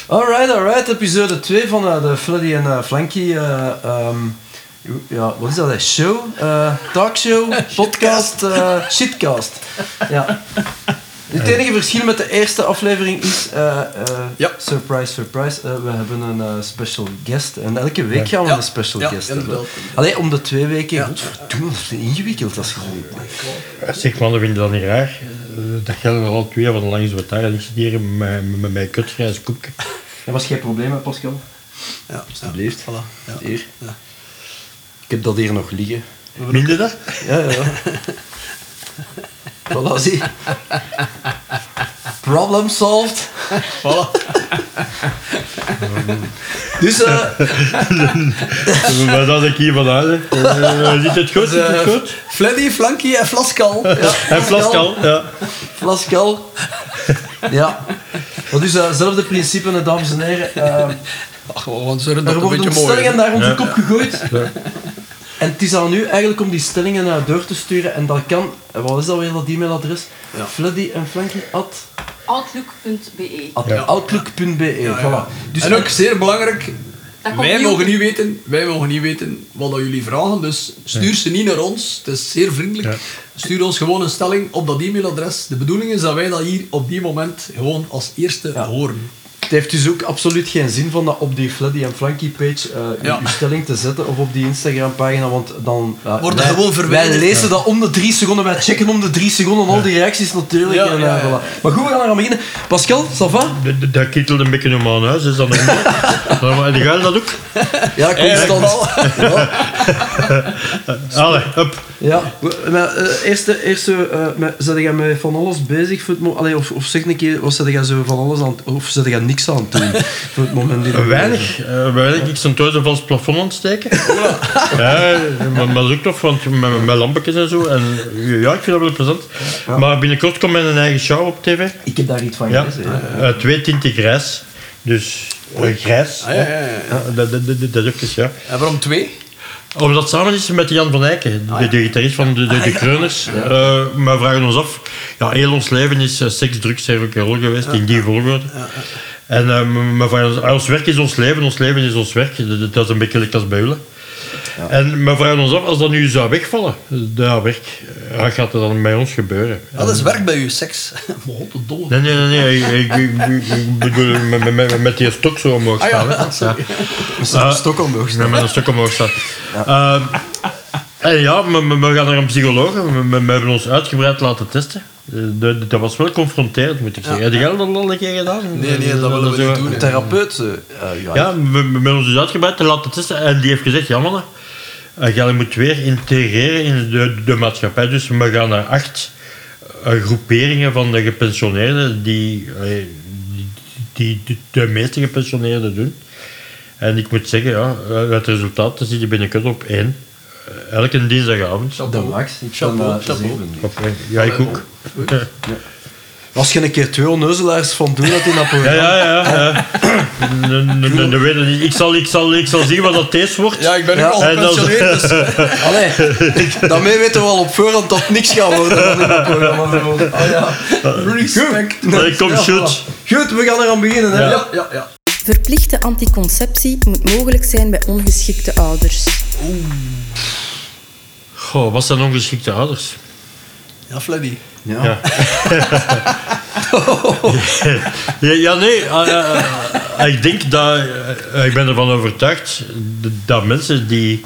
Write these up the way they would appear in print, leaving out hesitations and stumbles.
Alright. Episode 2 van de Fleddy en Flanky. Wat is dat? Een show? Talkshow? Podcast? Shitcast. Ja. Het enige verschil met de eerste aflevering is... Surprise. We hebben een special guest. En elke week gaan we een special guest hebben. Allee, om de 2 weken... Ja. Godverdomme, dat is ingewikkeld. Dat is gewoon... Zeg man, dat vind je dat niet raar? Dat geldt er al 2 van langs wat daar. En ik zit hier met mijn kutgrijs koekje. Dat was geen probleem, hè, Pascal? Ja, alsjeblieft. Voilà. Ja. Hier. Ja. Ik heb dat hier nog liggen. Minder dat? Ja. Voilà, zie. Problem solved. Voilà. Dus, wat had ik hier van uit? Zit het goed? Fleddy, Flanky en Flascal. Ja. En Flascal, ja. Flascal. Ja. Dat is hetzelfde principe, dames en heren. Er worden stellingen naar onze kop gegooid. Ja. En het is aan u eigenlijk om die stellingen door te sturen. En dat kan... Wat is dat weer, dat e-mailadres? Ja. Fleddy en Flanky @outlook.be. Outlook.be, voilà. Dus en ook zeer belangrijk... Wij mogen niet weten wat jullie vragen, dus stuur ze niet naar ons. Het is zeer vriendelijk. Ja. Stuur ons gewoon een stelling op dat e-mailadres. De bedoeling is dat wij dat hier op die moment gewoon als eerste horen. Het heeft dus ook absoluut geen zin van dat op die Fleddy en Flanky page uw stelling te zetten of op die Instagram pagina, want dan wordt gewoon verwijderd. Wij lezen dat om de 3 seconden, wij checken om de 3 seconden al die reacties natuurlijk. Voilà. Maar goed, we gaan eraan beginnen. Pascal, ça va? Dat kietelt een beetje om aan huis, is dat nog niet? En die gaat dat ook? Ja, constant. Allee, up. Ja, maar zet jij met van alles bezig voor het moment? Of zeg een keer, wat zet jij zo van alles aan of zet jij niks aan het doen voor het moment? Weinig. Ik stond thuis een vals plafond aan het steken. Ja, maar dat is ook tof, want met lampetjes en zo. En ja, ik vind dat wel plezant. Ja. Maar binnenkort komt mijn eigen show op tv. Ik heb daar iets van gelezen. 2 tinten grijs. Dus grijs. Dat is ook ja. En waarom 2? Omdat het samen is met Jan van Eycken, de gitarist van de Kreuners. Maar we vragen ons af, heel ons leven is seks, drugs en rock'n'roll geweest, in die volgorde. En maar ons werk is ons leven is ons werk. Dat is een beetje lekker als bij jullie. Ja. En we vragen ons af, als dat nu zou wegvallen, dat werk, wat gaat er dan bij ons gebeuren? Dat is werk bij u, seks. Nee. Ik bedoel, met die stok zo omhoog staan. Met een stok omhoog staan. Met een stok omhoog staan. En we gaan naar een psycholoog. We hebben ons uitgebreid laten testen. Dat was wel confronterend, moet ik zeggen. Heb jij dat al een keer gedaan? Nee, dat willen we niet doen. Een therapeut? Ja, we hebben ons dus uitgebreid te laten testen. En die heeft gezegd, ja mannen, je moet weer integreren in de maatschappij. Dus we gaan naar 8 groeperingen van de gepensioneerden die de meeste gepensioneerden doen. En ik moet zeggen, het resultaat zit je binnenkort op 1. Elke dinsdagavond. De max. Ja, ik ook. Ja. Als je een keer 2 onneuzelaars van doen dat in dat programma... Ja. Dat weet ik niet. Ik zal zien wat dat deze wordt. Ja, ik ben nu al gepensioneerd, dus... Allee, daarmee weten we al op voorhand dat niks gaat worden van in dat programma. Respect. Kom, shoot. Goed, we gaan eraan beginnen. Hè? Ja. Verplichte anticonceptie moet mogelijk zijn bij ongeschikte ouders. Goh, wat zijn ongeschikte ouders? Ja, Fleddy. Ja. Ik denk dat... ik ben ervan overtuigd dat mensen die...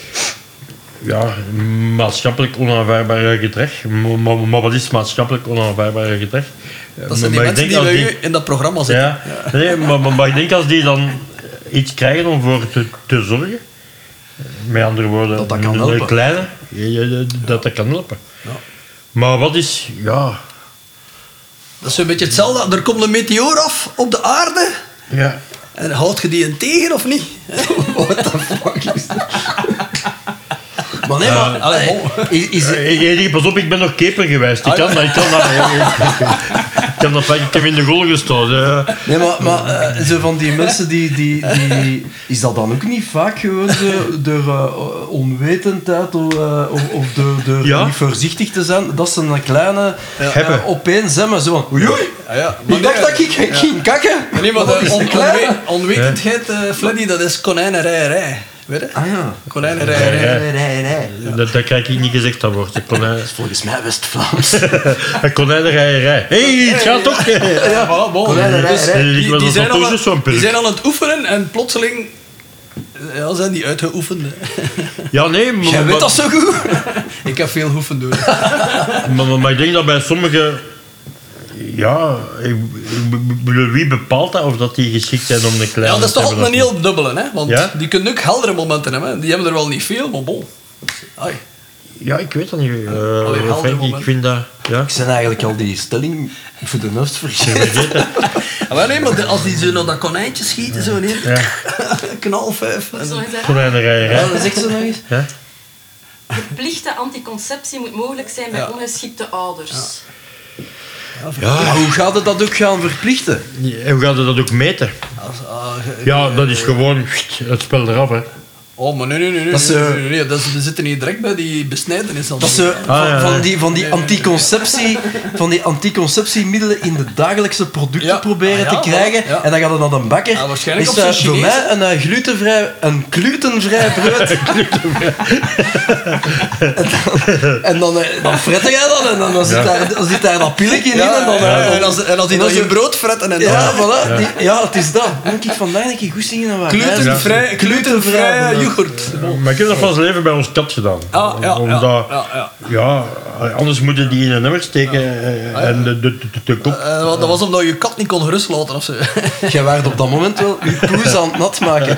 maatschappelijk onaanvaardbare gedrag... Maar wat is maatschappelijk onaanvaardbare gedrag? Dat zijn die mensen die bij u in dat programma zitten. Ja. Nee, maar ik denk als die dan iets krijgen om voor te zorgen... Met andere woorden, dat kan helpen. Een kleine, dat kan helpen. Ja. Maar wat is... Ja... Dat is een beetje hetzelfde. Er komt een meteoor af op de aarde. Ja. En houd je die tegen of niet? What the fuck is dat? Maar nee, pas op, ik ben nog keeper geweest. Ik heb in de goal gestoten. Nee, maar zo van die mensen die... Is dat dan ook niet vaak gewoon door onwetendheid of door niet voorzichtig te zijn, dat ze een kleine opeens hebben, zo van... Oei, Ik dacht dat ik ging kakken. Nee, maar Wat is de kleine? onwetendheid, Fleddy, dat is konijnenrijerij. Weet je? Ah ja. Konijnenrijerij. Dat krijg ik niet gezegd, dat woord. Volgens mij West-Vlaams. Konijnenrijerij. Hé, het gaat toch? Ja, voilà, bon. Konijnenrijerij. Dus Die zijn aan het oefenen en plotseling zijn die uitgeoefend. Ja, nee, maar... Jij weet dat zo goed? Ik heb veel hoeven doen. Maar ik denk dat bij sommigen... Ja, wie bepaalt dat of dat die geschikt zijn om een kleine... Ja, dat is toch altijd een heel dubbele, hè? Want Ja? die kunnen ook heldere momenten hebben. Hè? Die hebben er wel niet veel, maar bon. Ai. Ja, ik weet dat niet. heldere Frank, ik moment. vind dat... Ja. Ik zijn eigenlijk al die stelling voor de nust vergeten. Maar nee, maar als die zo naar dat konijntje schieten, zo neer. Ja. Knal 5. Konijnenrijerij. Ja, dat zegt ze nog eens. Ja. Verplichte anticonceptie moet mogelijk zijn bij ongeschikte ouders. Maar hoe gaat het dat ook gaan verplichten? En hoe gaat je dat ook meten? Ja, dat is gewoon het spel eraf, hè. Oh, maar nee. Dat is, nee, we zitten niet direct bij die besnijdenis. Dat ze van die anticonceptiemiddelen in de dagelijkse producten proberen te krijgen. Ja. En dan gaat het naar de bakker. Ja, waarschijnlijk is op zijn voor Chinees. mij een glutenvrij brood. En dan fret jij dat en dan zit daar dat pilletje in. En als die dan je brood fretten en Ja, voilà. Het is dat. Dan moet ik vandaag een keer goed zien naar waar. glutenvrij yoghurt. Maar ik heb dat van zijn leven bij ons kat gedaan. Omdat, anders moeten die in een emmer steken en de kop... Dat was omdat je kat niet kon gerust laten of zo. Jij waart op dat moment wel je poes aan het nat maken.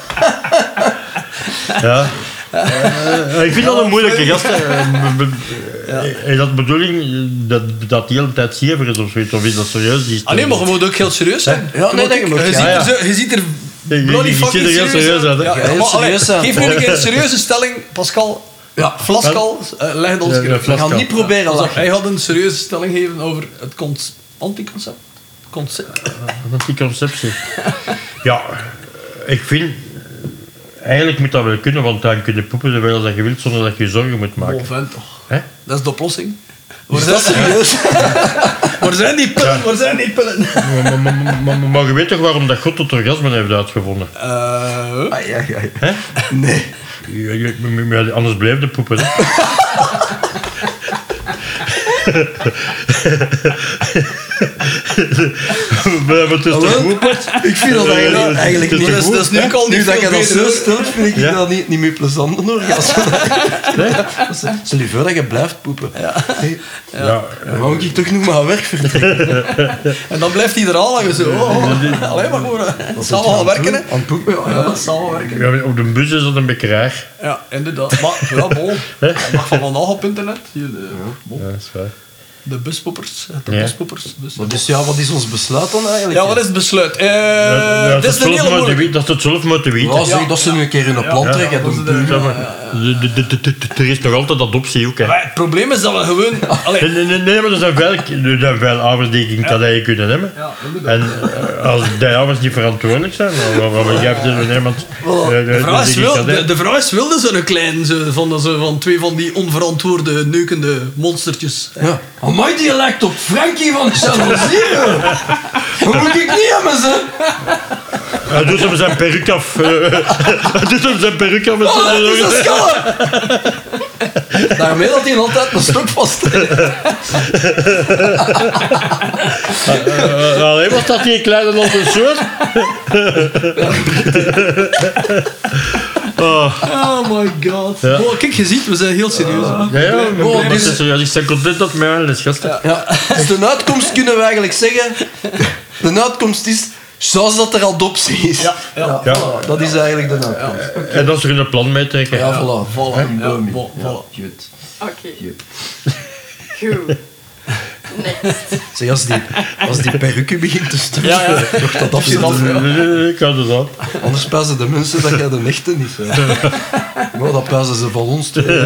Ja. Ik vind dat een moeilijke gast. Is dat de bedoeling dat die hele tijd zever is of zoiets? Of is dat serieus? Nee, maar je moet ook heel serieus zijn. Ja, nee, dat moet Je ziet er bloody Je ziet fucking er heel serieus uit, hè? Ja, Heel maar, serieus allee, aan. geef nu een keer een serieuze stelling, Pascal. Ja, Flaskal, leg het ons een keer uit. we gaan niet proberen Pas op, lachen. hij had een serieuze stelling gegeven over het anticoncept. Anticonceptie. Ja, ik vind... Eigenlijk moet dat wel kunnen, want dan kun je poepen zoveel als je wilt zonder dat je je zorgen moet maken. Oh, vent toch. Hè? Dat is de oplossing. Is dat serieus? Waar zijn die pillen? Ja. Waar zijn die pillen? Maar je weet toch waarom dat God het orgasme heeft uitgevonden? Ja. Hè? Nee. Ja, anders blijft de poepen. Hè? Maar het is toch goed? Ik vind dat eigenlijk Het is niet. toch goed? Dat is nu ook al Nu niet dat je veel dat beter, zo hoor. stelt, vind ik Ja. dat niet meer plezant een orgasme. Stel je voor dat je blijft poepen. Ja. Dan wou ik toch nog maar werk vertrekken. En dan blijft hij er al en zo. Alleen maar gewoon. Het zal wel werken, hè? Aan het poepen, Ja, dat zal wel werken. Ja, op de bus is dat een beetje raar. Ja, inderdaad. Maar, ja, bon. Dat mag van vandaag op internet. Hier, bon. Ja, dat is waar. De buspoepers. De Ja. buspoepers. Dus ja, wat is ons besluit dan eigenlijk? Ja, wat is het besluit? Dat Dit is een hele moeilijke. dat is het zelf moeten weten. Ja, zeg, dat ze nu een keer hun plan trekken. dat is doen. de- Ja, maar er is nog altijd adoptie ook. Hè. Maar het probleem is dat we gewoon... Allee, Nee, maar er zijn veel ouders die geen cadeau kunnen hebben. ja, inderdaad. En als die ouders niet verantwoordelijk zijn, waarom geeft er zo iemand... De vrouw is wilde zo'n klein, van twee van die onverantwoorde, neukende monstertjes. Ja. Amai, die lijkt op Frankie van Channel-Zero. Dat moet ik niet hebben, ze. Hij doet hem zijn peruk af. Hij doet hem zijn peruk af met Oh, zijn dat is ogen. een schalle. Daarmee dat hij altijd een stok vast heeft. Alleen was dat die kleine als een soort. Oh my god. Ja. Oh, kijk, je ziet, we zijn heel serieus. Maar het is- ik ben content dat mij aan is, gasten. Ja. Dus de uitkomst kunnen we eigenlijk zeggen... De uitkomst is... Zoals dat er adoptie is. Ja. Ja. Voilà, dat is eigenlijk de uitkomst. En dat ze er een plan mee trekken. Ja, voilà. Voilà. Een Ja, boom. bon, voilà. Goed. Oké. Goed. Goed. Next. Zeg, als die perruque begint te sturen, Ja. toch dat afzetten. Nee, ik had het al. Anders pijzen de mensen dat jij de echte niet bent. Maar dat pijzen ze van ons twee.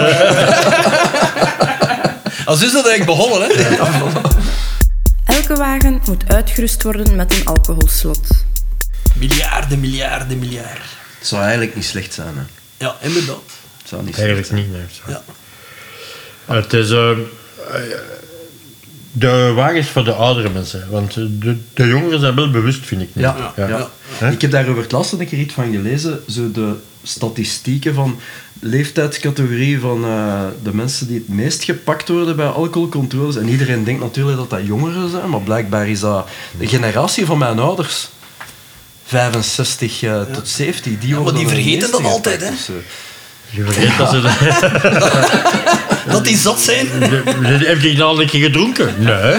Als is dat eigenlijk begonnen, hè? Elke wagen moet uitgerust worden met een alcoholslot. Miljarden. Het zou eigenlijk niet slecht zijn, hè. Ja, inderdaad. Het zou niet slecht Eigenlijk zijn. niet, nee. Ja. Het is... de wagens voor de oudere mensen. Want de jongeren zijn wel bewust, vind ik. Niet. Ja. Ik heb daarover het laatste een keer iets van gelezen. Zo de statistieken van leeftijdscategorie van de mensen die het meest gepakt worden bij alcoholcontroles. En iedereen denkt natuurlijk dat dat jongeren zijn, maar blijkbaar is dat de generatie van mijn ouders. 65 tot 70. Maar die vergeten dat altijd, hè? Je vergeet dat ze... Dat die zat zijn. Heb je al een keer gedronken? Nee.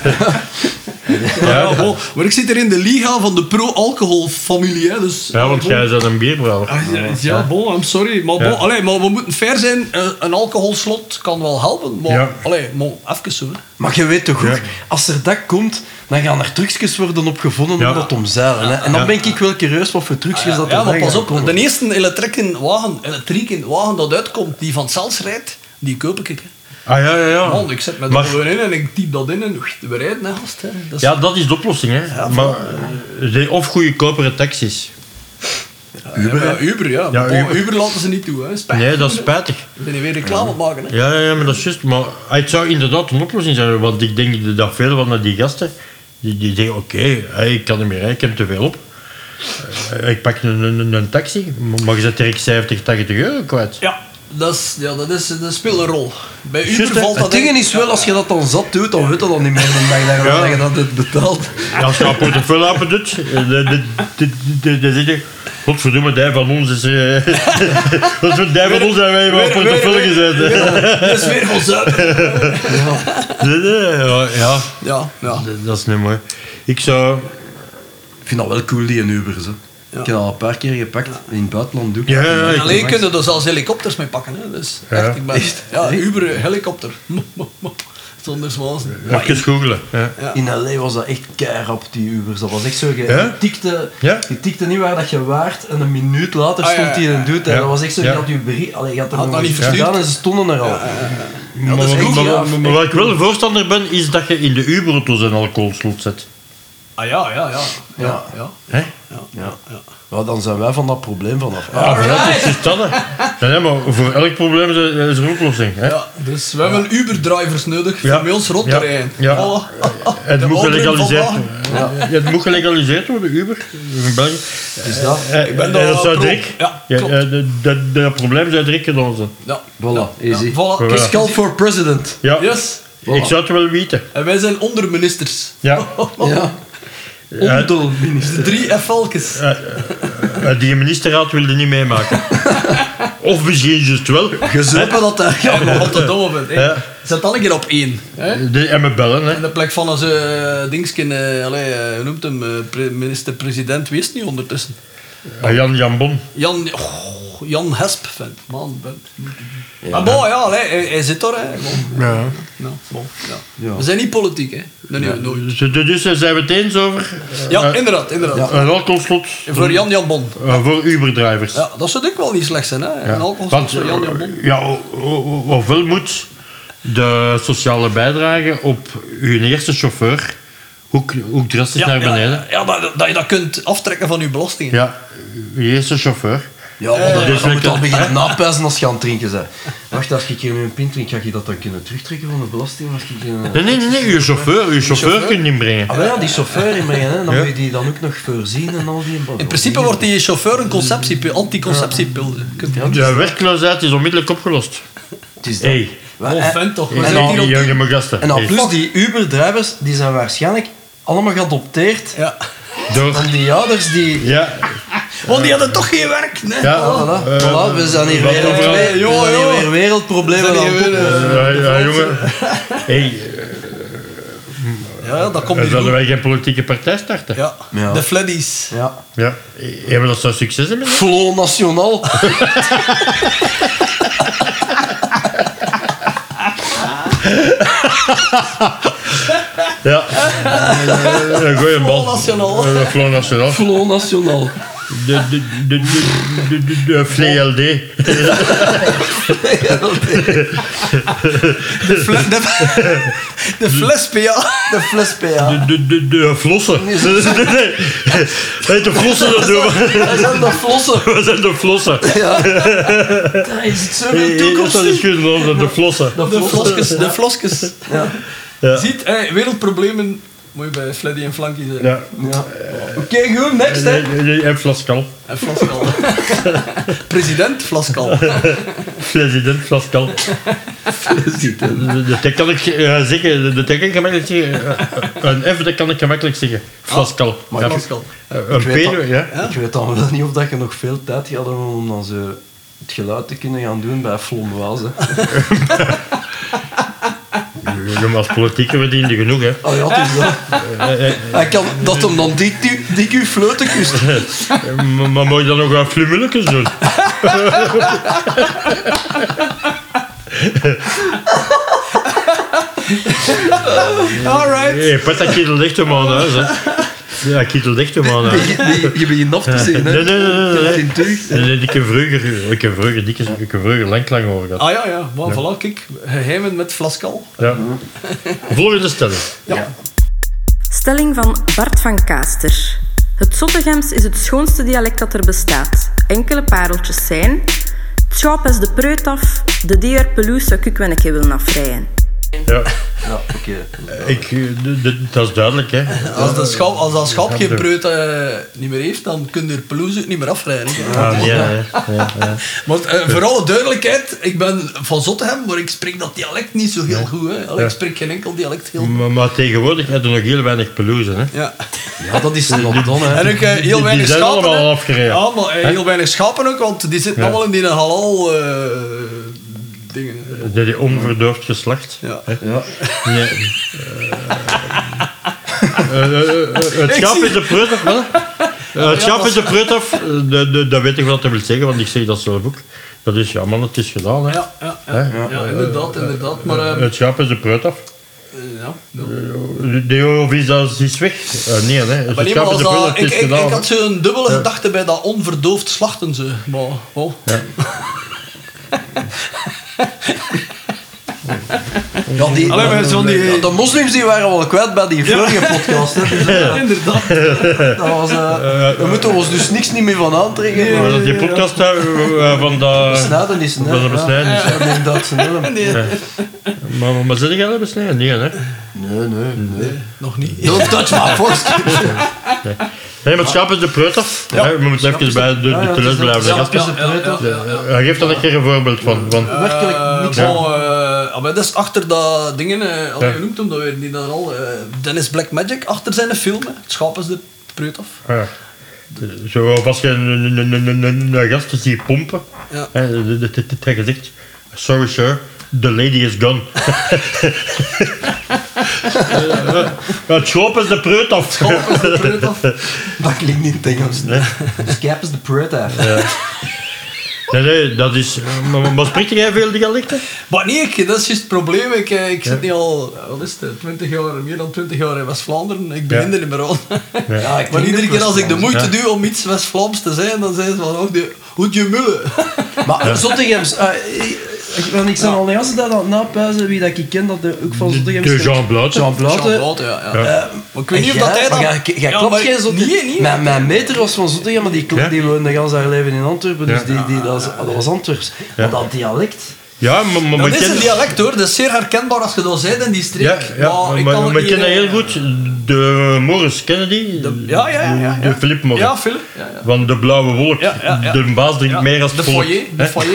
Maar ik zit er in de liga van de pro-alcohol-familie. Hè, dus, ja, want jij bent een bierbrouwer. Ja, bon, I'm sorry. Maar, maar we moeten fair zijn. Een alcoholslot kan wel helpen. Maar, even zo. Hè. Maar je weet toch ook, als er dat komt, dan gaan er trucjes worden opgevonden om dat omzeilen. Hè? En dan ben ik wel curieus wat voor trucjes dat er maar pas op, komen. de eerste elektrieke wagen dat uitkomt, die van zelfs rijdt, die koop ik. Hè. Ja. Man, ik zet me er gewoon in en ik typ dat in en we rijden, hè, gast. Hè. Dat is de oplossing, hè. Ja, maar, of goedkopere taxis. Uber, ja. Uber laten ze niet toe, hè. Spijtig. Nee, dat is spijtig. We zijn weer reclame maken, hè. Ja, maar dat is juist. Maar het zou inderdaad een oplossing zijn, want ik denk dat veel van die gasten, die zeggen, oké, ik kan niet meer rijden, ik heb te veel op. Ik pak een taxi, maar je zet direct 70, 80 euro kwijt. Ja. Dat speelt een rol. Bij Uber valt dat... Het ding is wel, als je dat dan zat doet, dan weet je dan niet meer de dag dat je dat het betaalt. Ja, als je een portefeuille apen doet, dan zeg je, godverdomme, die van ons is... die van ons hebben wij in mijn portefeuille gezet. Dat is weer van zuiver. Ja. Dat is niet mooi. Ik vind dat wel cool, die in Uber. Hè. Ja. Ik heb dat al een paar keer gepakt. In het buitenland doe ik dat. Alleen kunnen er zelfs helikopters mee pakken. Hè. Dus echt, ik ben... Ja, Uber, helikopter. Zonder zwazen. Even googelen. Ja. In L.A. was dat echt keirap, die Ubers. Dat was echt zo... Je tikte niet waar dat je waart en een minuut later stond hij en doet. Dat was echt zo... Je had je bericht... je had er nog niet gedaan en ze stonden er al. Maar wat ik wel voorstander ben, is dat je in de Uber-auto's een alcoholslot zet. Ja. Ja, dan zijn wij van dat probleem vanaf. Dat is dat. Nee, maar voor elk probleem is er een oplossing. Hè? Ja, dus we hebben Uber-drivers nodig voor bij ons rond te rijden. Het moet gelegaliseerd worden. Het moet gelegaliseerd worden, Uber, in België. Is dat? Dat zou Dirk. Dat probleem zou Dirk gedaan zijn. Ja. Voilà, easy. Voilà. Pascal for president. Ja. Yes. Ik zou het wel weten. En wij zijn onderministers. Ja. Onderminister. 3 FL'kes. Die ministerraad wilde niet meemaken. Of misschien juist wel. Gezopen dat daar Ja, maar wat te dom bent. Zet dan een keer op 1. En me bellen. Hè. In de plek van onze dingsken, hoe noemt hem, minister-president, wist niet ondertussen. Jan Bon. Jan Hesp, vent. Man, vent. Maar bon, hij zit er, hè. Bon. Ja. We zijn niet politiek, hè. Nooit. Dus zijn we het eens over? Inderdaad. Een alcoholslot. Voor Jan Bon. Voor Uber-drivers. Ja, dat zou ik wel niet slecht zijn, hè. Een alcoholslot voor Jan Bon. Ja, ofwel moet de sociale bijdrage op uw eerste chauffeur ook drastisch naar beneden. Dat je dat kunt aftrekken van uw belastingen. Ja, uw eerste chauffeur. Ja, dan moet je al beginnen napijzen als je aan het drinken bent. Wacht, als ik hier nu een pint drink, ga je dat dan kunnen terugtrekken van de belasting? Als ik, Nee, uw chauffeur kunt inbrengen. Die chauffeur inbrengen, hè. Dan moet je die dan ook nog voorzien en al die... In principe wordt die chauffeur een anticonceptiepil. De werkloosheid is onmiddellijk opgelost. Het is dat. Vent toch. Jonge gasten. En al plus, die Uber-drivers, die zijn waarschijnlijk allemaal geadopteerd van die ouders die... Ja. Want die hadden toch geen werk. Nee. Voilà, we zijn hier weer wereldproblemen aan het Ja, jongen. Dat komt niet Zouden wij geen politieke partij starten? Ja. De Fleddies. Ja, maar dat zou succes hebben. Flo Nationaal. Ja. Een goeie bal. Flo Nationaal. Flo Nationaal. De FLD. De Flespa. De Flespa. De flossen. De flossen dat doen we. We zijn de flossen. We zijn de flossen. Ja. Daar is het zo veel toekomst. Dat is goed, de flossen. De floskes. Ja. Ziet, wereldproblemen moet je bij Fleddy en Flanky zijn. Ja. Oké, goed, next, hè. En Flaskal. En Flaskal. President Flaskal. President Flaskal. Dat kan ik zeggen. Dat kan ik gemakkelijk zeggen. Een F, dat kan ik gemakkelijk zeggen. Flaskal. Maar Flaskal. Een P, ja. Ik weet dan wel niet of dat je nog veel tijd gaat hebben om dan zo het geluid te kunnen gaan doen bij Flomwaas. Maar als politieker verdiende genoeg, hè. Oh ja, het is dat. Hij kan dat hem dan dik uw fluiten kust. Maar moet je dan nog wat flummelletjes doen? Alright. Hey, pet dat kietel dicht om aan huis, hè. Ja, kietel dicht om aan huis. Je begint af te zien, hè. Nee. Ik heb vroeger lang over gehad. Ah ja. Maar voilà, kijk. Geheimen met Flaskal. Ja. Volgende stelling. Ja. Stelling van Bart van Kaaster. Het Zottegems is het schoonste dialect dat er bestaat. Enkele pareltjes zijn... Het schap is de preut af, de dier pelouse zou ik wel een keer willen afrijen. Ja. Ja, oké. Dat is duidelijk, hè. Als dat schap geen preut niet meer heeft, dan kun je er pelouse niet meer afrijden. Ja. Maar voor alle duidelijkheid, ik ben van Zottegem, maar ik spreek dat dialect niet zo heel goed. Hè. Allee, ik spreek geen enkel dialect heel goed. Maar tegenwoordig hebben we nog heel weinig pelouse, hè. Ja. Ja, dat is nog dan, hè. En ook heel weinig die zijn schapen. allemaal hè. afgereden. Ja, maar heel weinig schapen ook, want die zitten allemaal in die halal dingen. Die onverdoofd geslacht. Ja. Ja. Nee. Het schaap is de preut af, wel? Het schaap is de preut af, dat weet ik wat dat wil zeggen, want ik zeg dat zelf ook. Dat is, ja man, het is gedaan, hè. Ja, inderdaad. Maar, Het schaap is de preut af. Of is dat iets weg? Nee, hè. Het schaap is de preut af, het is gedaan. Ik had zo'n dubbele gedachte bij dat onverdoofd slachten, ze. Maar, Ja. Ja, de moslims die waren wel kwijt bij die vorige podcast. Hè. Dus, inderdaad. dat was, we moeten ons dus niks niet meer van aantrekken. Maar Maar dat die podcast van dat... besnijdenis, hè. Van de besnijdenis. Ja, ik denk dat ze willen. Maar zit jij al besnijden? Nee, hè? Nee. Nog niet. Don't touch my foreskin. Nee, maar het schaap is de preut af. Ja. We moeten even bij de les blijven. Ja. Geef dan een keer een voorbeeld van. Werkelijk niks. Maar dat is achter dat dingen, je noemt hem dat weer, die daar al, Dennis Black Magic, achter zijn film, hè. Het schaap is de preut af. Ja. Zo, of als je een gast ziet pompen, dat je zegt, sorry sir, the lady is gone. Het schaap is de preut af. Dat klinkt niet in het Engels. De scap is de preut af. Nee, dat is... Maar spreekt jij veel dialecten? Maar nee, dat is juist het probleem. Ik zit nu al, wat is het, meer dan 20 jaar in West-Vlaanderen. Ik begin er niet meer aan. Ja, Maar iedere keer als ik de moeite doe om iets West-Vlaams te zijn, dan zijn ze van, hoe je mullen. Maar Zottegems... Ik zijn al als dat aan het napuizen, wie dat ik ken, dat ook van Zottegems... De Jean Blaute. Jean Blaute. Maar ik weet niet of dat hij dat... Jij klopt geen Zottegem. Nee. Mijn meter was van Zottegem, maar die woonde gans haar leven in Antwerpen, dus dat was Antwerps. Maar dat dialect... Ja, maar dat is een dialect hoor, dat is zeer herkenbaar als je dat zei in die streek. Maar ik ken dat heel goed. De Morris, kennen die? De Philip Morris. Ja, Philip. Van de Blauwe Wolk. De baas drinkt meer als de volk. De foyer.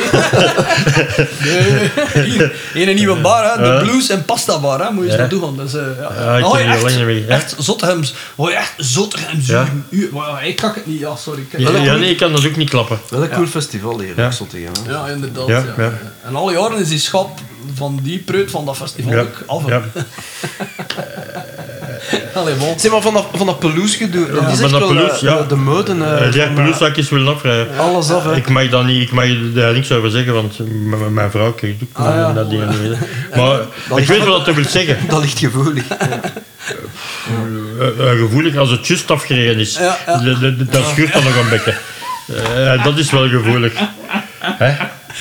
Hier een nieuwe bar, hè. De blues en pasta bar, hè. Moet je eens naartoe gaan. Dus, ik ken die lang niet meer. Echt Zottegems. Echt Zottegems. Ik kan het niet. Ja, sorry. Nee, ik kan dat ook niet klappen. Wel een cool festival hier, Zottegem. Ja, inderdaad. En alle jaren is die schap van die preut van dat festival ook af. Ja. Allee, bon. Zeg maar van dat pelouse gedoe, dat is echt wel de mode. Ja, pelousezakjes willen afrijden. Alles af, hè. Ik mag daar niks over zeggen, want mijn vrouw kijkt ook naar dat dingen niet. Maar ik weet wat dat wil zeggen. Dat ligt gevoelig. Gevoelig als het juist afgereden is. Dat schuurt dan nog een bekken. Dat is wel gevoelig. Hè?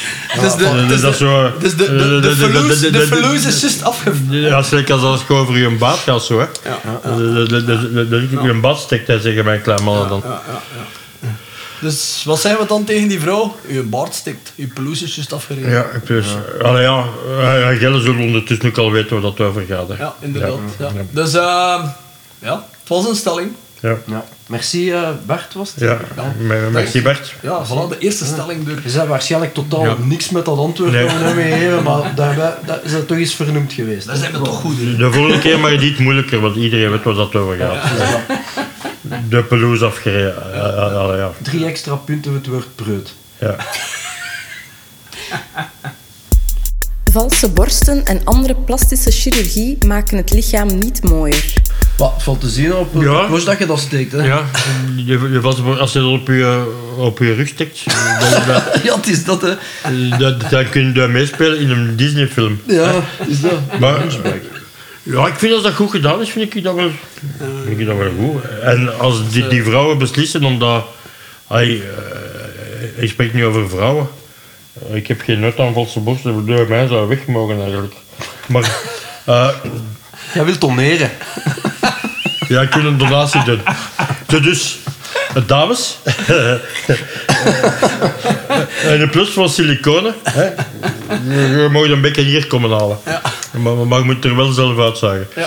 De pelouse is juist afgevallen. Ja, zeker als ik over je baard ga, zo, hè. Je baard steekt, hij zeggen mijn klein mannen dan. Dus wat zijn we dan tegen die vrouw? Uw baard stikt, uw pelouse is juist afgereden. Ja, dus... Gelle zullen ondertussen ook al weten waar dat over gaat. Hè. Ja, inderdaad. Ja. Dus ja, het was een stelling. Ja. Ja. Merci Bart, was het? Ja, merci Bart. Ja, voilà, de eerste stelling door. Je zei waarschijnlijk totaal niks met dat antwoord meegeven, maar daar is dat toch eens vernoemd geweest. Daar zijn we toch goed in. De volgende keer mag je het iets moeilijker, want iedereen weet waar dat over gaat. De pelouse afgereden. Ja. 3 extra punten voor het woord preut. Ja. Valse borsten en andere plastische chirurgie maken het lichaam niet mooier. Wat valt te zien op het kost dat je dat steekt, hè? Ja, als je dat op je rug steekt, Ja, het is dat, hè. dan kun je meespelen in een Disney-film. Ja, is dat. Maar, ja, ik vind als dat goed gedaan is, vind ik dat wel goed. En als die vrouwen beslissen omdat... ik spreek niet over vrouwen. Ik heb geen nut aan valse borsten, door mij zou weg mogen eigenlijk. Maar... Jij wilt doneren. Ja, ik wil een donatie doen. Dus, dames. En in plus van siliconen. Je mag een beetje hier komen halen. Ja. Maar je moet er wel zelf uitzagen. Ja.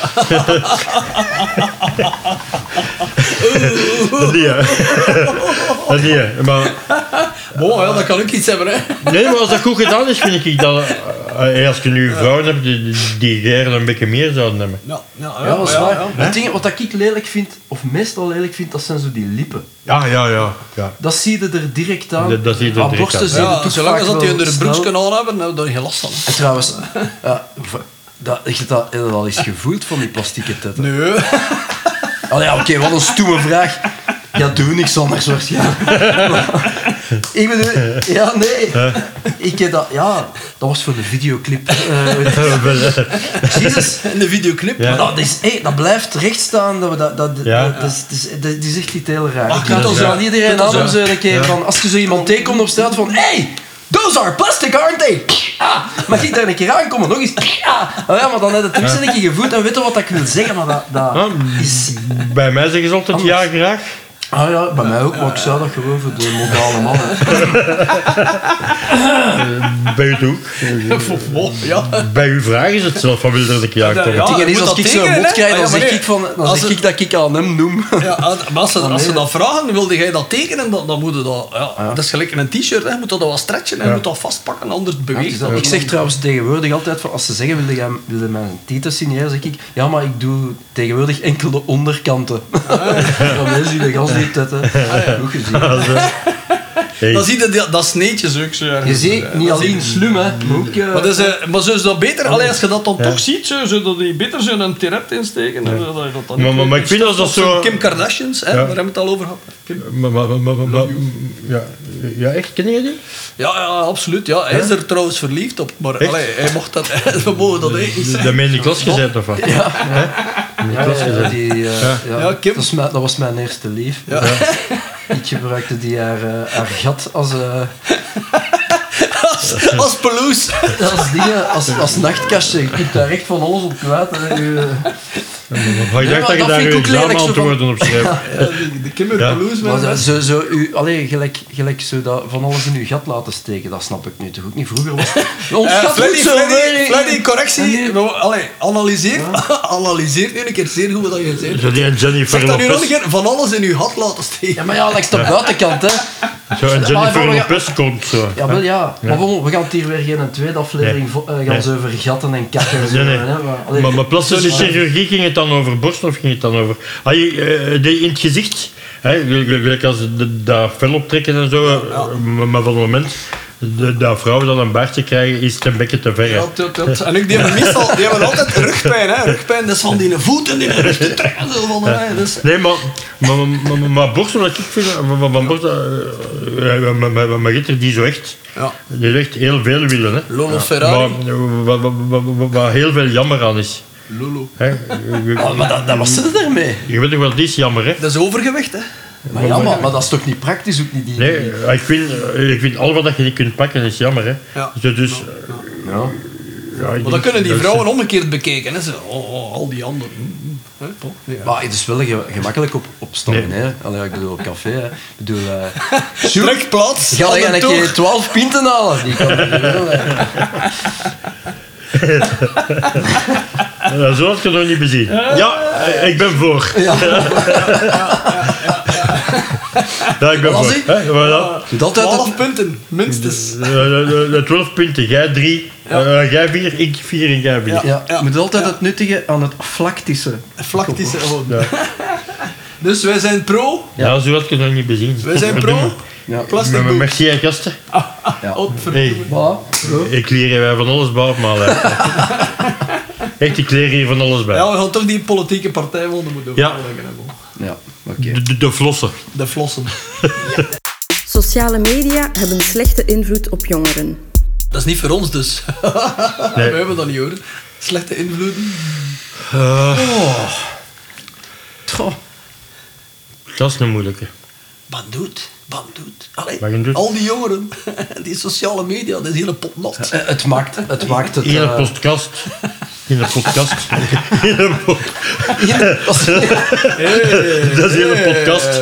Nee, maar... Bon, ja, dat kan ook iets hebben, hè. Nee, maar als dat goed gedaan is, vind ik dat... Als je nu vrouwen hebt die graag een beetje meer zouden hebben. Ja, dat is waar. Het ding wat ik lelijk vind, of meestal lelijk vind, dat zijn zo die lippen. Ja. Dat zie je er direct aan. Dat zie je er direct aan. Ja, zolang als dat die onder een broekje aan hebben, dan heb je daar geen last van. En trouwens, heb je dat al eens gevoeld van die plastieke tetten? Nee. Oké, wat een stoeme vraag. Ja, doe niks anders waarschijnlijk. Ik bedoel, ja, nee. Ik heb dat, dat was voor de videoclip. Jezus. In de videoclip? Ja. Maar dat blijft recht staan. Dat is echt niet heel raar. Ik moet aan iedereen aan zo een keer van, als je zo iemand tegenkomt op straat van, hey, those are plastic, aren't they? Mag ik daar een keer aankomen? Nog eens. Ja, maar dan heb je tenminste een keer gevoeld en weet je wat ik wil zeggen, maar dat is... Bij mij zeggen ze altijd ja, graag. Ah ja, bij mij ook, maar ik zou dat gewoon voor de modale mannen. Bij u ook. Bij u vragen ze het zelf van wil er een keer aankomen. Het ding is, als ik zo'n mot krijg, dan zeg ik dat ik aan hem noem. Ja, maar als ze dat vragen, wilde jij dat tekenen, dan moet je dat... Ja, dat is gelijk in een t-shirt, je moet dat wel stretchen en je moet dat vastpakken, anders beweegt dat. Ik zeg trouwens tegenwoordig altijd, als ze zeggen, wilde mij een titel signeren, zeg ik, ja, maar ik doe tegenwoordig enkel de onderkanten. Dan zie je gas niet tetten. Goed gezien. Dan zie je dat sneetjes ook zo. Je ziet niet alleen slum, hè. Maar zou je dat beter, als je dat dan toch ziet, zou je dat niet beter zo'n tiret insteken? Maar ik vind als dat zo... Kim Kardashians, daar hebben we het al over gehad. Ja, echt? Ken je die? Ja, absoluut. Ja. Hij is er trouwens verliefd op, maar hij mocht dat... We mogen dat echt niet zeggen. Dat ben je in de klas gezet, of wat? Ja. Kim. Dat was mijn eerste lief. Ja. Ik gebruikte die haar gat als pelouse. Als nachtkastje. Je kunt daar echt van alles op kwijt. Maar ik dacht dat je daar je examenantwoorden op schrijft. De kimmerpelouse. Gelijk zo dat van alles in je gat laten steken, dat snap ik nu toch ook niet. Vroeger was Freddy, correctie. Analyseer nu een keer zeer goed wat je zegt. Zeg dat nu nog een keer, van alles in je gat laten steken. Ja, maar langs de buitenkant, hè. Zo, en Jennifer Lopez komt zo. Ja, wel ja. Maar we gaan het hier weer geen tweede aflevering gaan ze over gatten en kakken en zo. Maar plastische chirurgie ging het dan over borst of ging het dan over... in het gezicht, gelijk als dat vel optrekken en zo, maar van het moment dat vrouwen dan een baardje krijgen, is het een beetje te ver. Ja. En ook, die hebben altijd rugpijn, hè. Rugpijn, dat is van die voeten in de rug te trekken. Dus. Nee, maar borsten, wat ik vind, van borsten, maar gitter die zo echt... Ja. Die echt heel veel willen, hè. Lolo Ferrari. Waar heel veel jammer aan is. Lolo. Maar dat was ze ermee. Je weet toch wel, die is jammer, hè? Dat is overgewicht, hè. Maar dat is toch niet praktisch? Ook niet nee, ik vind al wat je niet kunt pakken is jammer, hè. Ja. Dus, maar dan kunnen die vrouwen omgekeerd bekijken, hè. Al die anderen. Maar het is wel gemakkelijk op op stangen, hè. Allee, ik bedoel op café, hè. Ik bedoel... Trekplaats. Ga je een keer 12 pinten halen? Die kan ik niet wel, hè. Zo had ik het nog niet bezien. Ja, ik ben voor. Ja, ik ben voor. Hè, voilà. 12 punten, minstens. 12 punten, jij 3, jij 4, ik 4 en jij 4. Ja. Je moet altijd het nuttige aan het flactische. Flactische gewoon. Ja. Dus wij zijn pro. Ja, zo had ik het nog niet bezien. Wij zijn pro. Ja. Plastic doek. Merci aan gasten. Hey. Voilà. Ik leer hier van alles bij opmalen. Echt, ik leer hier van alles bij. Ja, we gaan toch die politieke partij moeten overleggen. Ja, oké. De flossen. De flossen. Sociale media hebben slechte invloed op jongeren. Dat is niet voor ons dus. Nee. We hebben dat niet hoor. Slechte invloeden. Goh. Dat is een moeilijke. Bandoet. Allee, Bandoet. al die jongeren, die sociale media, dat is hele pot nat. Het maakt het... In een podcast. In een podcast. Dat is een hele podcast.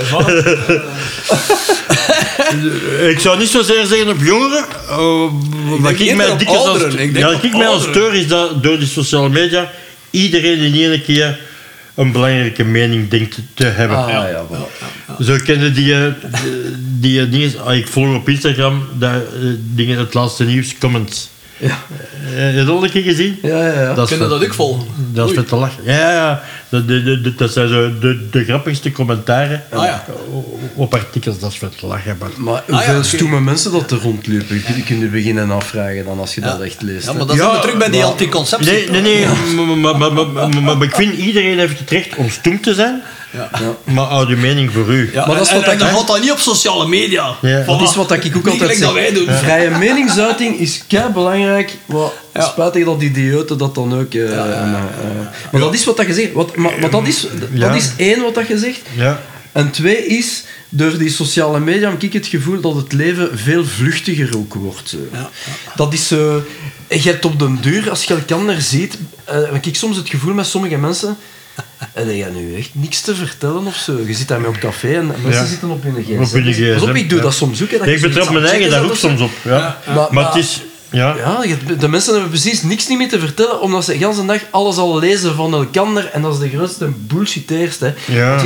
Ik zou niet zozeer zeggen op jongeren. Wat ik mij als steur is dat door die sociale media iedereen in één keer een belangrijke mening denkt te hebben. Zo kennen die dingen. Ik volg op Instagram dingen het laatste nieuws, comments. Ja. Heb je dat al een keer gezien? Ja. Kunnen dat ook volgen? Dat is met te lachen. Ja. Dat zijn zo de grappigste commentaren op artikels. Dat is met te lachen. Maar hoeveel stoeme mensen dat er rondlopen, kun je beginnen afvragen dan als je dat echt leest. Ja, maar dat zijn we terug bij die anticonceptie. Nee. Maar ik vind iedereen heeft het recht om stoem te zijn. Ja. Maar houd je mening voor u. Ja, maar dat is wat dan gaat dat niet op sociale media. Ja. Dat is wat ik ook altijd zeg. Wij doen. Vrije meningsuiting is kei belangrijk. Spijtig dat idioten dat dan ook... Maar dat is wat je zegt. Maar dat is één wat je zegt. Ja. En twee is... Door die sociale media heb ik het gevoel dat het leven veel vluchtiger ook wordt. Dat is zo... Je hebt op den duur, als je elkaar ziet... heb ik soms het gevoel met sommige mensen... En je hebt nu echt niks te vertellen of zo. Je zit daarmee op café en mensen zitten op hun gsm. Pas op, ik doe dat soms ook. Ik betrap mijn eigen daar ook soms op. Ja. Maar het is... Ja, de mensen hebben precies niks niet meer te vertellen, omdat ze de hele dag alles al lezen van elkander. En dat is de grootste bullshit eerst. Hè. Ja,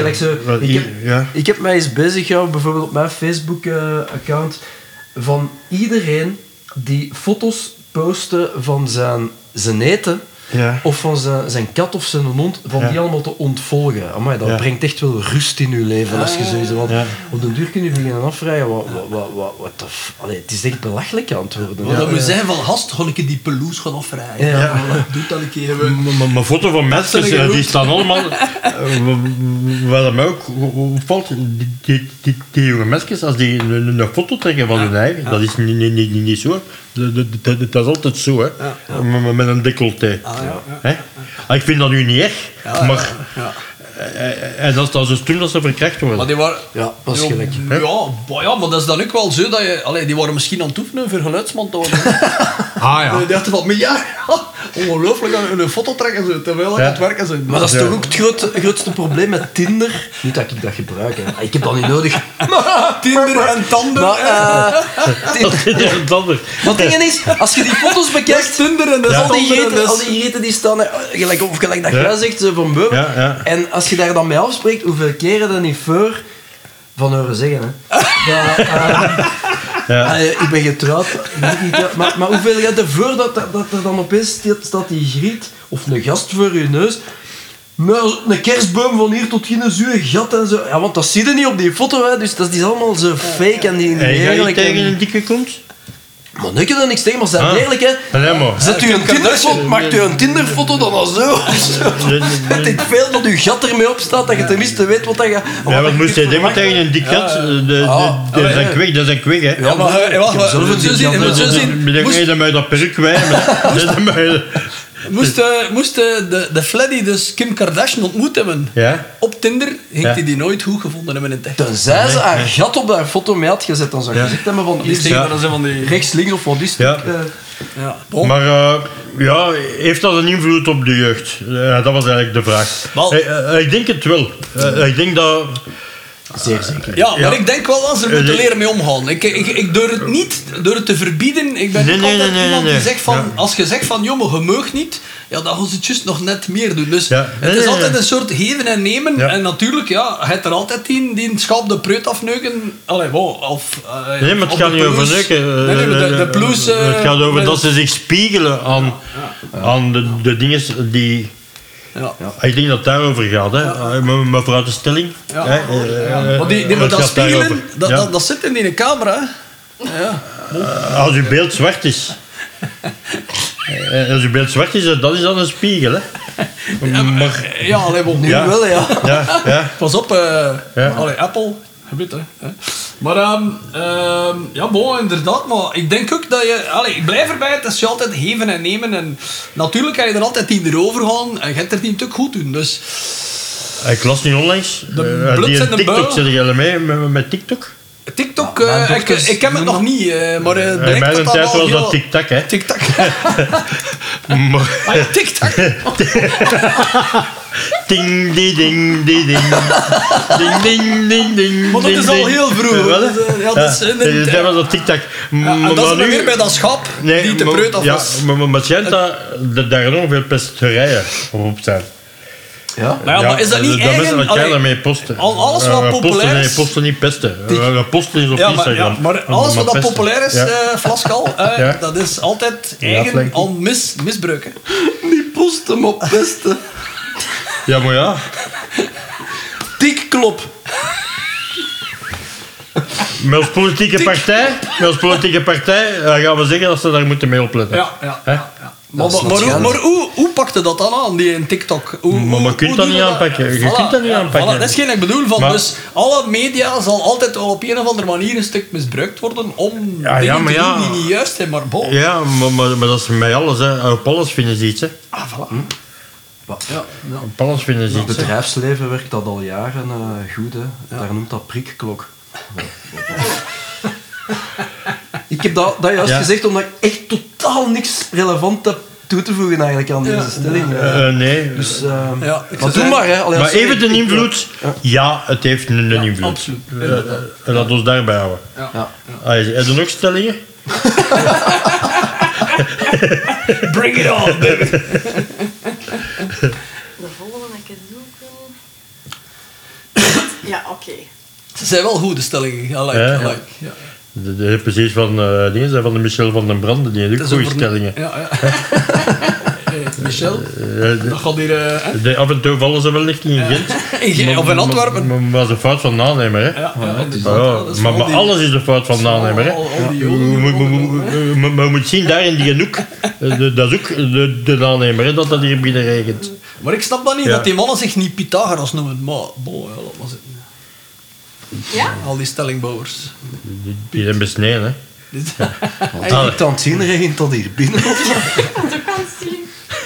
ik heb mij eens bezig gehouden, bijvoorbeeld op mijn Facebook-account, van iedereen die foto's postte van zijn eten... Ja. Of van zijn kat of zijn hond, van die allemaal te ontvolgen. Amai, dat brengt echt wel rust in je leven. Als je zoiets, want op den duur kun je beginnen afvragen, het is echt belachelijk aan het worden. Maar dat we zijn van gast, gewoon een keer die pelouse gaan afvragen. Doe dat een keer. Maar foto's van mensen, die staan allemaal... Wat mij ook opvalt, die jonge mensen, als die een foto trekken van hun eigen, dat is niet zo. Dat is altijd zo, hè. Met een decolleté. Ik vind dat nu niet erg, maar... En dat is dan zo stom dat ze verkracht worden. Maar die waren... Ja, dat is gelijk. Ja, maar dat is dan ook wel zo dat je... Allee, die waren misschien aan het oefenen voor geluidsman te worden. Ja. Die dachten van, maar ongelooflijk aan een foto trekken ze, terwijl ik aan het werken zijn. Maar dat is toch ook het grootste probleem met Tinder? Niet dat ik dat gebruik, hè. Ik heb dat niet nodig. Tinder en tanden. Tinder en tanden. Maar het ding is, als je die foto's bekijkt... Tinder en al die reten die staan... Gelijk dat jij zegt, zo van boven. Ja. En als je daar dan mee afspreekt, hoeveel keren dan niet voor van horen zeggen, hè. Ik ben getrouwd, maar hoeveel gaat ervoor dat er dan opeens staat die griet of een gast voor je neus met een kerstboom van hier tot hier een zuur gat en zo. Ja, want dat zie je niet op die foto, hè, dus dat is allemaal zo fake en die eigenlijk tegen een dikke kont? Maar nu kan er niks tegen, maar zijn eerlijk, hè. Zet u een Tinderfoto, maakt u een Tinderfoto dan al zo. Het is veel dat uw gat ermee op staat, dat je tenminste weet wat dat je... Ja, wat moest jij denken tegen een dik gat? Dat is een kwik, hè. Ja, maar wacht, moet zo zien. Dan moet je dat peruk kwijt. Moest de Fleddy dus Kim Kardashian ontmoet hebben op Tinder, ging hij die nooit goed gevonden hebben in techniek. Tenzij ze haar gat op haar foto mee had gezet, dan zou je gezegd hebben van rechts, links of wat is het? Maar heeft dat een invloed op de jeugd? Dat was eigenlijk de vraag. Ik denk het wel. Ik denk dat... Zeer zeker. Ja, maar ik denk wel dat ze er moeten leren mee omgaan. Ik door het niet, door het te verbieden, ik ben altijd iemand die zegt van, als je zegt van, joh, maar je mag niet, dan gaan ze het juist nog net meer doen. Dus het is altijd een soort geven en nemen. En natuurlijk, je hebt er altijd die schaap de preut afneuken. Allee, wow, nee, maar het gaat niet over neuken. De plus, het gaat over dat ze zich spiegelen aan de dingen die... Ik denk dat het daarover gaat, hè. Mevrouw de stelling. Maar dat spiegelen, dat zit in die camera. Als uw beeld zwart is. Als uw beeld zwart is, dat is dan een spiegel, hè. Maar, nu wel, Pas op, Apple. Gebeurt, hè. Maar inderdaad. Maar ik denk ook dat je... ik blijf erbij, het is je altijd geven en nemen. En natuurlijk kan je er altijd 10 erover gaan. En je hebt er 10 ook goed doen. Dus... Ik las niet onlangs. Die TikTok, zit je mee met TikTok? TikTok, ik heb het nog niet. Maar in mijn tijd was dat TikTok, hè. TikTok. Maar TikTok. Ding, ding, ding, ding, ding. Ding, ding, ding, ding. Maar dat is al heel vroeg. Dat was dat TikTok. En dat is nu weer bij dat schap die te preut af was. Ja, maar het schijnt dat daar nog veel pesterijen op zijn. Maar is dat niet eigen... Dat kan je daarmee posten. Alles wat populair is... Posten niet pesten. Posten is op Instagram. Maar alles wat dat populair is, Flaskal, dat is altijd eigen aan misbruiken. Die posten op pesten. Ja, maar ja. Tikklop. Met als politieke partij gaan we zeggen dat ze daar moeten mee opletten. Maar hoe pakte dat dan aan, die in TikTok? Maar je kunt dat niet aanpakken. Je kunt dat niet aanpakken. Dat is geen ik bedoel van. Dus alle media zal altijd wel op een of andere manier een stuk misbruikt worden om dingen te doen die niet juist zijn, maar bon. Ja, maar dat is bij alles, hè. Op alles vinden ze iets, hè. Op alles vinden ze iets. Het bedrijfsleven werkt dat al jaren goed, hè. Daar noemt dat prikklok. Ik heb dat juist gezegd omdat ik echt totaal niks relevant heb toe te voegen eigenlijk aan deze stelling. Nee. Dus, maar doe maar, hè. Maar even een invloed. Ja, het heeft een invloed. Absoluut. En laat ons daarbij houden. Heb je nog stellingen? Bring it on, baby. De volgende dat ik het zoeken. Ja, oké. Ze zijn wel goede stellingen. I like. De precies van dingen zijn van de Michel van den Brande, die heeft ook goede stellingen. Michel, dat gaat hier... Af en toe vallen ze wel licht in Gent. Of in Antwerpen. Maar dat is een fout van de aannemer, hè. Maar alles is de fout van de aannemer, hè. Maar je moet zien, daar in die hoek, dat is ook de aannemer, hè, dat hier binnen regent. Maar ik snap dat niet, dat die mannen zich niet Pythagoras noemen. Maar, laat maar zitten. Ja? Al die stellingbouwers. Die zijn besneden, hè. Als ik aan het zien regent tot hier binnen. Dat kan zien.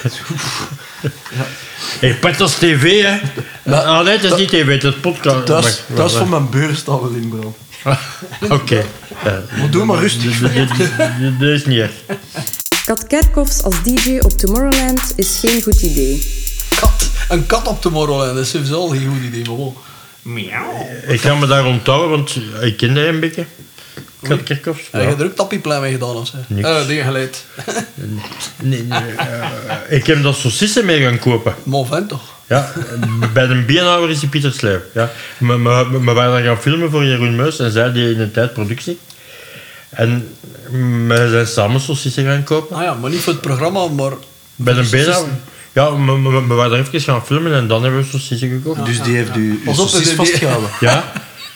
Hey, Patas TV, hè. Nee, het is niet TV, het is podcast. Dat is van mijn beurs staat wel in brand. Oké. Maar doe maar rustig. Dat is niet echt. Kat Kerkhoffs als DJ op Tomorrowland is geen goed idee. Een kat op Tomorrowland, dat is sowieso geen goed idee. Maar gewoon... Miauw. Ik ga me daar onthouden, want ik ken die een beetje. Kat Kerkhoffs. Heb je er ook tapieplein mee gedaan of zo? Dingen geleid. Nee. Ik heb dat saucissen mee gaan kopen. Mooi vent toch? Ja, bij de beenhouwer is die Pieter Sleeuw. Ja. We waren daar gaan filmen voor Jeroen Meus en zij die in de tijd productie. En we zijn samen saucissen gaan kopen. Ah ja, maar niet voor het programma, maar... Bij de beenhouwer. Ja, we waren daar even gaan filmen en dan hebben we saucissen gekocht. Ja. Dus die heeft u saucis vastgehouden? Ja.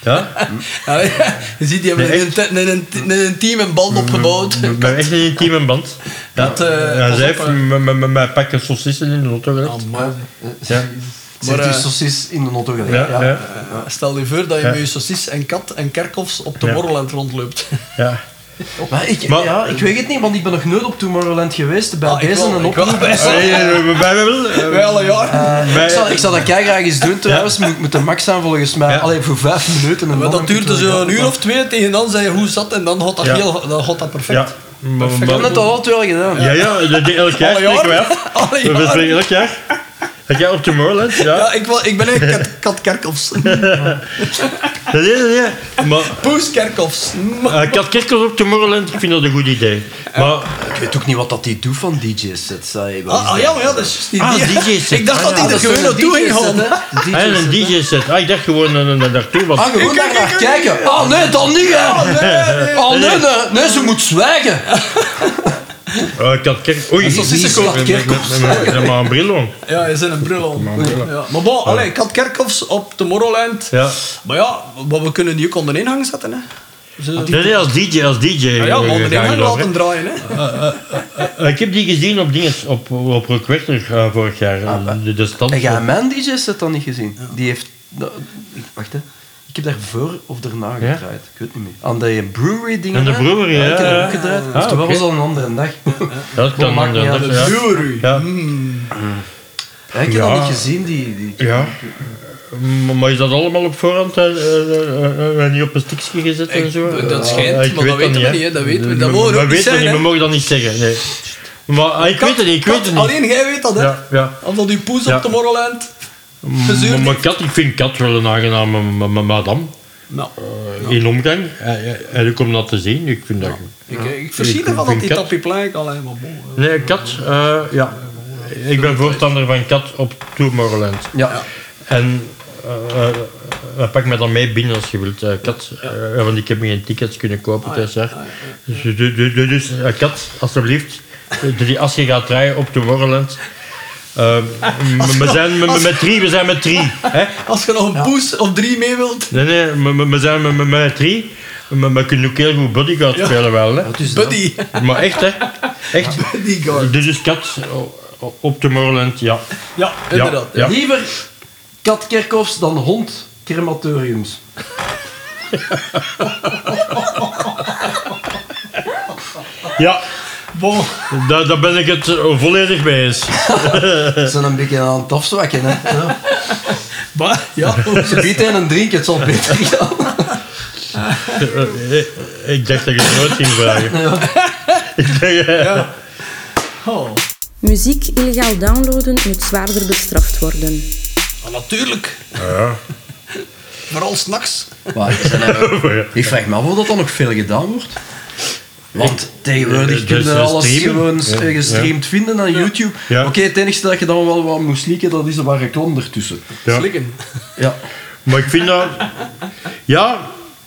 Je ziet, die hebben een team en band opgebouwd. We hebben echt een intieme band. Ja. Zij heeft met pakken saucissen in de auto gelegd. Ze heeft u saucis in de auto gelegd. Stel je voor dat je met je saucis en kat en Kerkhoffs op de Tomorrowland rondloopt. Ja. Maar ik weet het niet, want ik ben nog nooit op Tomorrowland geweest. Bij deze een oproep. Wij al een jaar. Ik zal dat graag eens doen trouwens. Moet de max zijn volgens mij. Alleen voor 5 minuten. En dat duurt dus een uur of 2. Tegen dan zei je hoe zat en dan gaat dat perfect. Ja. Ik heb het al altijd wel gedaan. Ja, elk jaar spreken wij af. We spreken elk jaar. Heb jij op Tomorrowland? Ja, ik ben echt Kat Kerkhoffs. Nee. Maar Poes Kerkhoffs. Kat Kerkhoffs op Tomorrowland, ik vind dat een goed idee. Maar Ik weet ook niet wat dat die doet van DJ-sets. Ja, dat is die DJ-set. Ik dacht dat hij er gewoon naartoe ging gaan. een DJ-set. Ik dacht gewoon naartoe. Gewoon naar kijken. Nee, dan niet, hè. Nee, ze moet zwijgen. Kat Kerkhoffs. Oei, is maar een bril om. Ja, hij zit een bril om. Ja. Maar bon, Kat Kerkhoffs op Tomorrowland. Ja. Maar ja, we kunnen die ook onder inhang zetten, hè. Nee, als DJ. Ja, maar onder inhang laten draaien, hè. Ik heb die gezien op Rockwerchter vorig jaar. De stand. En jij mijn DJ-set dan niet gezien? Die heeft... Wacht, hè. Ik heb daarvoor of daarna gedraaid. Ik weet niet meer. Aan de brewery-dingen. Aan de brewery, ja. Ik heb daar ook gedraaid. Of was het al een andere dag. Dat kan maakt niet uit. ja. Brewery. Ja. Ik heb dat niet gezien, die... Ja. Maar is dat allemaal op voorhand niet op een stikje gezet en zo? Dat schijnt, maar dat weten we niet, hè. Dat weten we. Dat mogen we ook niet zeggen, we mogen dat niet zeggen, nee. Maar ik weet het niet, Alleen jij weet dat, hè. Ja. Of dat uw poes op Tomorrowland... Maar ik vind Kat wel een aangename madame. Nou. In omgang. En ik om dat te zien. Ik vind dat... Ik verschiet ervan dat die tapje plein kan alleen maar bon. Nee, Kat, ja. Ik ben voorstander van Kat op Tomorrowland. Ja. En pak me dan mee binnen als je wilt, Kat. Want ik heb geen tickets kunnen kopen thuis. Dus Kat, alsjeblieft. Als je gaat draaien op Tomorrowland... we zijn met drie. Hè? Als je nog een poes of 3 mee wilt. Nee, we zijn met 3. We kunnen ook heel goed bodyguard spelen wel. Hè? Buddy. Maar echt, hè. Echt. Bodyguard. Dus Kat op Tomorrowland, ja. Ja, inderdaad. Ja. Liever Kat Kerkhoffs dan hond crematoriums. Ja. Bon. Daar ben ik het volledig mee eens. Ze zijn een beetje aan het afzwakken, hè. Ja. Maar, ja. Ze biedt een drink, het zal beter gaan. Ik dacht dat je het nooit ging vragen. Ja. Ik dacht, Ja. Oh. Muziek illegaal downloaden moet zwaarder bestraft worden. Natuurlijk. Ja. Vooral 's nachts. Ik vraag me af of dat dan nog veel gedaan wordt. Want tegenwoordig kun je dus alles streamen. gewoon gestreamd vinden aan YouTube. Ja. Oké, het enige dat je dan wel wat moest slikken, dat is er wat reclame ertussen. Ja. Slikken. Ja. Maar ik vind dat... Ja...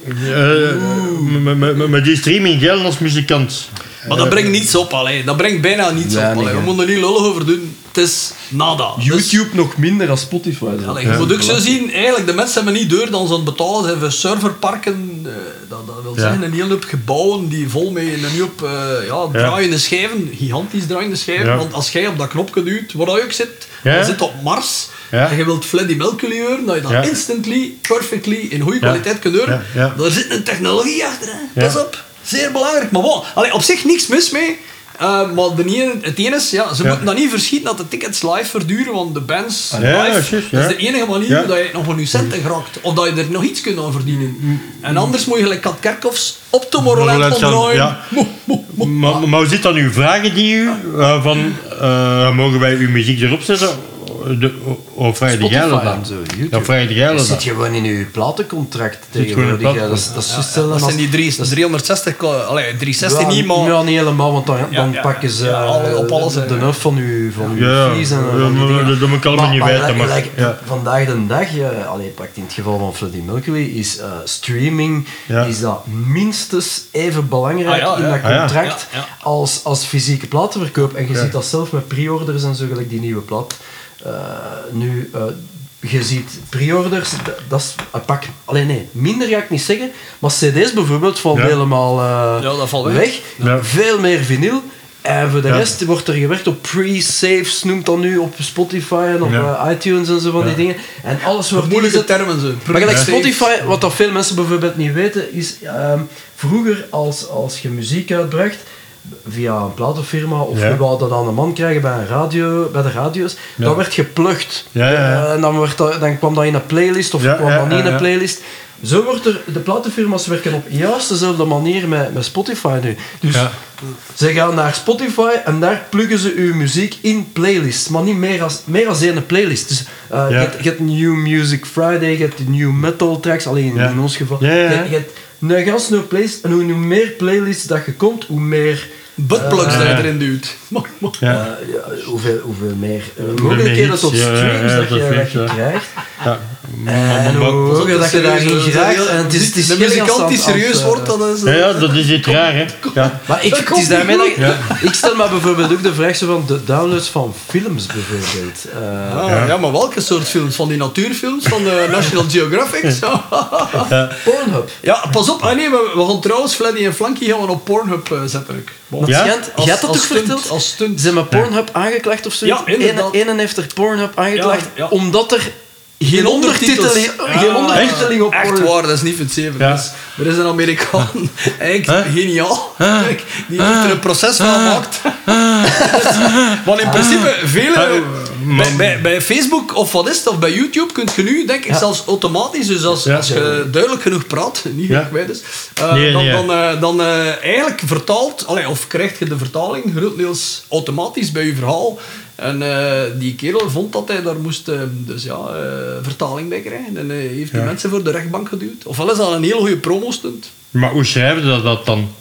met die streaming gelden als muzikant. Maar dat brengt niets op, allee. Dat brengt bijna niets op. Allee. We moeten er niet lullig over doen. Het is nada. YouTube nog minder dan Spotify. Allee, je moet ook zo zien, eigenlijk, de mensen hebben niet door dan ze aan het betalen zijn voor serverparken. Dat wil zeggen, een hele hoop gebouwen die vol met een hoop draaiende schijven, gigantisch draaiende schijven. Ja. Want als jij op dat knopje duwt, waar je ook zit, je zit op Mars, en je wilt Freddie Mercury horen, dat je dat instantly, perfectly, in goede kwaliteit kunt horen. Daar zit een technologie achter, hè. Pas op. Zeer belangrijk. Maar bon, op zich niks mis mee. Maar het ene is, ze moeten dat niet verschieten dat de tickets live verduren, want de bands live, dat is de enige manier dat je nog van je centen geraakt. Of dat je er nog iets kunt aan verdienen. En anders moet je gelijk Kat Kerkhoffs op Tomorrowland omdraaien. Ja. Maar hoe zit dat nu? Vragen die u van, mogen wij uw muziek erop zetten? Of vraag je jij dat dan? Ja, vraag je jij dat dan? zit gewoon in uw platencontract tegenwoordig. Dat is hetzelfde. Dat zijn die 360, 360 niet, maar... Ja, niet helemaal, want dan pakken ze op alles, de helft van uw fees. Dat moet ik allemaal niet weten. Maar vandaag de dag, pakt in het geval van Freddie Mercury, is streaming is dat minstens even belangrijk in dat contract als fysieke platenverkoop. En je ziet dat zelf met pre-orders en zo, gelijk die nieuwe plaat. Je ziet pre-orders, dat is een pak. Alleen nee, minder ga ik niet zeggen, maar cd's bijvoorbeeld valt helemaal dat valt weg. Ja. Veel meer vinyl. En voor de rest wordt er gewerkt op pre-saves, noemt dat nu, op Spotify en op iTunes en zo van die dingen. En alles wordt moeilijke termen zo. Maar gelijk Spotify, wat dat veel mensen bijvoorbeeld niet weten, is vroeger als je muziek uitbracht via een platenfirma of je wou dat aan de man krijgen bij de radio's, dat werd geplukt. En dan kwam dat in een playlist of kwam dat niet in een playlist. Zo wordt de platenfirma's werken op juist dezelfde manier met Spotify nu. Dus ze gaan naar Spotify en daar pluggen ze uw muziek in playlists, maar niet meer als één playlist. Dus je hebt New Music Friday, je hebt New Metal tracks, alleen in ons geval. Je hebt een gans nieuwe playlist en hoe meer playlists dat je komt, hoe meer buttplugs dat je erin duwt. Hoeveel meer mogelijkheden tot streams dat je krijgt. En hoe hoger dat je daarin geraakt. En het is de muzikant die serieus wordt, dat is... dat is iets raar, hè. Maar het is daarmee dat ik stel me bijvoorbeeld ook de vraag van de downloads van films, bijvoorbeeld. Maar welke soort films? Van die natuurfilms? Van de National Geographic? Pornhub. Ja, pas op. We gaan trouwens Fleddy en Flanky gaan op Pornhub zetten. Jij had dat toch verteld? Als stunt. Ze hebben Pornhub aangeklacht of zo. Ja, inderdaad. Eén heeft er Pornhub aangeklacht, omdat er geen ondertiteling op echt waar, dat is niet van het zeven. Er is een Amerikaan, eigenlijk geniaal, die heeft er een proces van gemaakt. Want in principe, bij Facebook of wat is het, of bij YouTube kun je nu, denk ik, zelfs automatisch, dus als je duidelijk genoeg praat, niet gelijk wij dus, dan eigenlijk vertaalt, of krijg je de vertaling grotendeels automatisch bij je verhaal. En die kerel vond dat hij daar moest vertaling bij krijgen. En heeft die mensen voor de rechtbank geduwd. Ofwel is dat een heel goede promo-stunt. Maar hoe schrijven ze dat dan?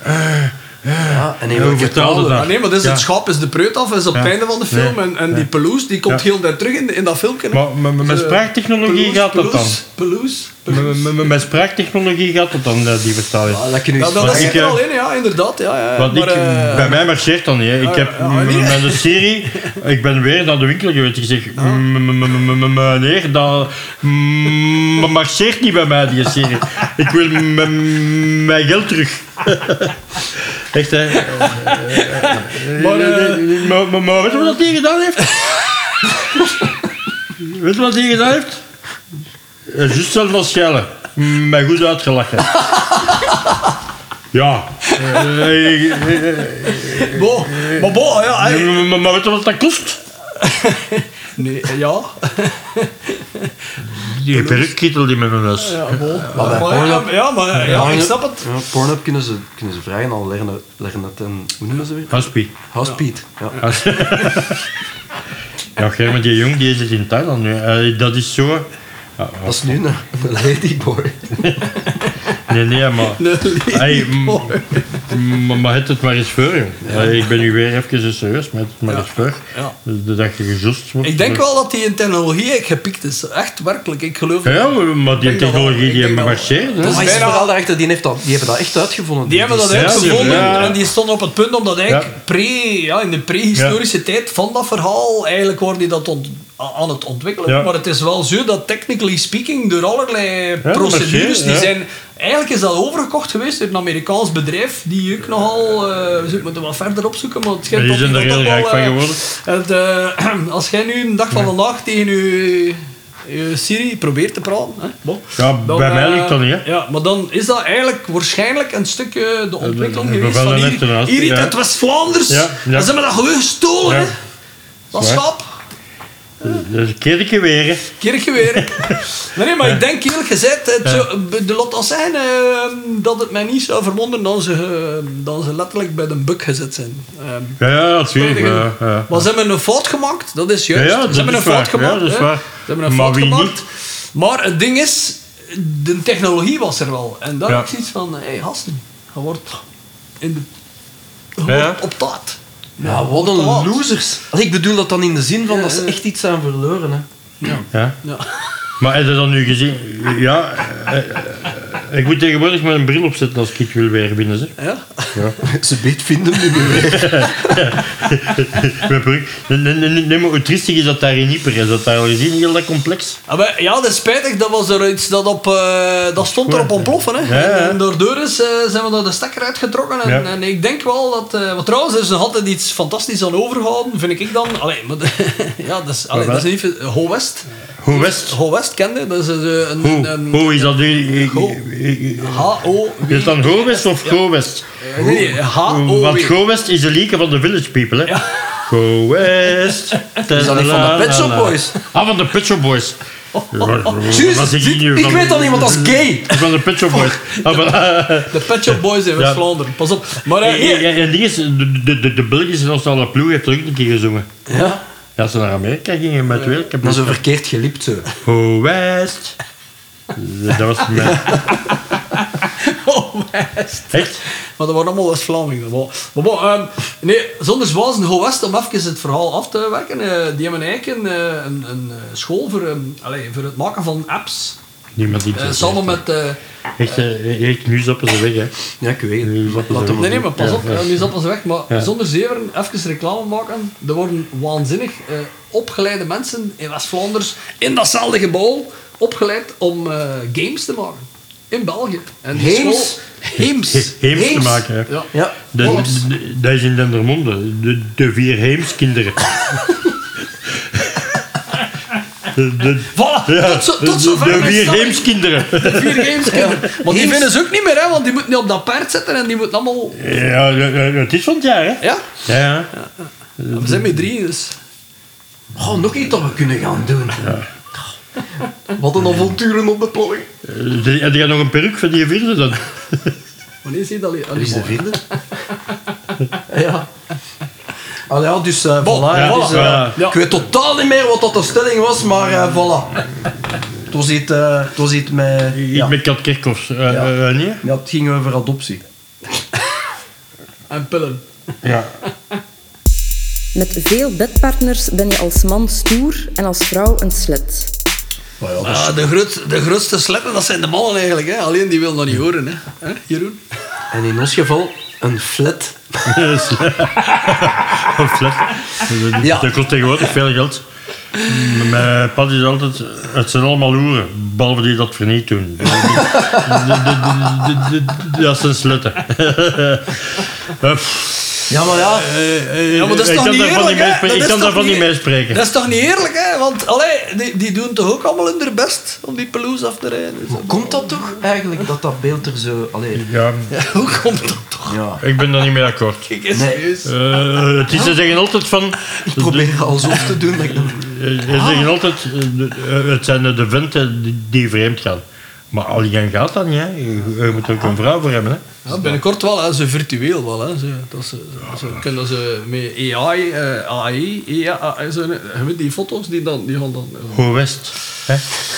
En hoe vertaalde dat? Nee, maar dus het schaap is de preut af, is op het einde van de film. En die pelouse, die komt heel daar terug in dat filmpje. Maar met spraaktechnologie gaat dat dan? Pelouse. Met spraaktechnologie gaat dat dan, die vertaling? Dat is er al in, inderdaad. Want bij mij marcheert dat niet. Ik heb met de serie... Ik ben weer naar de winkel geweest. Ik zeg... Meneer, dat marcheert niet bij mij, die serie. Ik wil mijn geld terug. Echt, hè. Maar weet je wat hij gedaan heeft? Weet je wat hij gedaan heeft? Juist zelf als schellen. Mij goed uitgelachen. Ja. Maar weet je wat dat kost? Nee, ja. Die perukkittel die met een huis. Ik snap het. Pornhub kunnen ze vragen al leggen het en... Hoe noemen ze weer? Housepeat. Ja, Germen, die jong die zit in Thailand nu. Dat is zo... Dat is nu een ladyboy. Nee, maar... Maar het maar eens voor, joh. Ik ben nu weer even serieus, maar het maar eens voor. Dat je gejoest wordt. Ik denk wel dat die technologie gepikt is. Echt, werkelijk. Ik geloof het. Ja, maar die technologie die hebben gemarcheerd. Maar is vooral daarachter, die hebben dat echt uitgevonden. Die hebben dat uitgevonden en die stonden op het punt om dat eigenlijk in de prehistorische tijd van dat verhaal, eigenlijk worden die dat aan het ontwikkelen. Maar het is wel zo dat technically speaking door allerlei procedures die zijn... Eigenlijk is dat overgekocht geweest uit een Amerikaans bedrijf die ook nogal... we moeten wat verder opzoeken, maar het schijnt die zijn er heel rijk van geworden. Als jij nu een dag van vandaag tegen je Siri probeert te praten... dan, bij mij lukt dat niet, hè? Ja, maar dan is dat eigenlijk waarschijnlijk een stukje de ontwikkeling geweest van hier uit West-Vlaanders. Dan zijn we dat gewoon gestolen, hè? Dat schap. Dus keertje weer. Nee, maar ik denk eerlijk gezegd, laat dat zijn dat het mij niet zou verwonderen dat ze letterlijk bij de buk gezet zijn. Natuurlijk. Maar ze hebben een fout gemaakt, dat is juist. Ze hebben een fout gemaakt. Dat is waar. Ze hebben een fout gemaakt. Maar het ding is, de technologie was er wel. En dan heb ik zoiets van, gasten, je wordt op taart. Ja, wat een losers. Ik bedoel dat dan in de zin van dat ze echt iets aan verloren. Hè. Ja. Maar heb je dat nu gezien? Ja. Ik moet tegenwoordig met een bril opzetten als ik iets wil weer winnen. Zeg. Ja? Ze beet vinden nu weer. Nee, maar hoe triestig is dat daar in Ieper? Is dat daar al gezien, heel dat complex? Ja, dat is spijtig. Dat was er iets dat stond er op ontploffen. Hè. Ja. En daardoor zijn we er de stekker uitgetrokken. En ik denk wel dat... want trouwens, er is nog altijd iets fantastisch aan overgehouden, vind ik dan. Allee, maar ja, dat is niet veel... Ho West. Hoe West? Ho West kende. Dat is Hoe is dat? H-O... Is het dan Go West of Go West? Nee, H-O... Want Go West is de lieke van de Village People, hè? Ja. Go West. Is dat niet van de Pet Shop Boys? Ah, van de Pet Shop Boys. Juist, ik weet al niet, want dat is gay. Van de Pet Shop Boys. De Pet Shop Boys in West-Vlaanderen. Pas op. Maar en die is, de Belgische nationale ploeg heeft er ook een keer gezongen. Ja. Ja, als ze naar Amerika gingen met wel. Maar zo verkeerd gelipt zo. Go West. Dat was mij. Ho West. Echt? Maar dat waren allemaal West-Vlamingen. Maar nee, zonder zwazen, Ho West, om even het verhaal af te werken, die hebben eigenlijk een school voor het maken van apps. Niemand die Samen met... Echt, nu zappen ze weg, hè. Ja, ik weet Nu zappen ze weg. Nee, maar pas op, nu zappen ze weg. Maar Ja. zonder zeveren, even reclame maken. Er worden waanzinnig opgeleide mensen in West-Vlaanderen in datzelfde gebouw opgeleid om games te maken. In België. En die Heems? Heems. Heems te maken, hè. Ja. Ja. Dat is in Dendermonde. De 4 Heemskinderen. Voilà, Ja, tot zover de mijn 4 stelling. Heemskinderen. De 4 Heemskinderen. Maar die Heems. vinden ze ook niet meer, hè, want die moeten niet op dat paard zitten en die moeten allemaal... Ja, het is van het jaar, hè. Ja, Ja. we zijn met 3, dus... Oh, nog iets dat we kunnen gaan doen. Wat een avonturen op de planning. Heb je nog een peruk van die vierde dan? Wanneer zie je dat? Wie is de vierde? Ja. Ah ja, dus voilà. Ja, Dus, ja. Ja. Ik weet totaal niet meer wat dat de stelling was, maar voilà. Het was iets met... Ja. Met Kat Kerkhoffs. Nee? Ja, het ging over adoptie. En pillen. Ja. Met veel bedpartners ben je als man stoer en als vrouw een slet. Maar ja, dat is- De grootste sletten, dat zijn de mannen eigenlijk. Hè. Alleen die wil nog niet horen, hè, Jeroen? En in ons geval een flat. Een flat. Ja. Dat kost tegenwoordig veel geld. Mijn pad is altijd... Het zijn allemaal hoeren. Behalve die dat verniet doen. Dat zijn sletten. Ja, maar ja. Ja, maar dat is Ik toch kan niet daarvan eerlijk, hè? ik kan daarvan niet meespreken. Dat is toch niet eerlijk, hè? Want allee, die doen toch ook allemaal hun best om die pelouse af te rijden. Dus Hoe komt dat toch eigenlijk, dat beeld er zo... Allee, Ja, hoe komt dat toch? ja. ik ben daar niet mee akkoord. Ik is Nee. serieus. Het is, ze zeggen altijd van... Ik probeer alsof te doen, maar ik dan... Ze zeggen altijd... Het zijn de venten die vreemd gaan. Maar alleen gaat dat niet, hè. Je moet er ook een vrouw voor hebben, hè. Ja, binnenkort wel, hè. Ze virtueel wel. Hè. Kunnen ze met AI, AI, je weet die foto's, die gaan dan... Go West. Hè.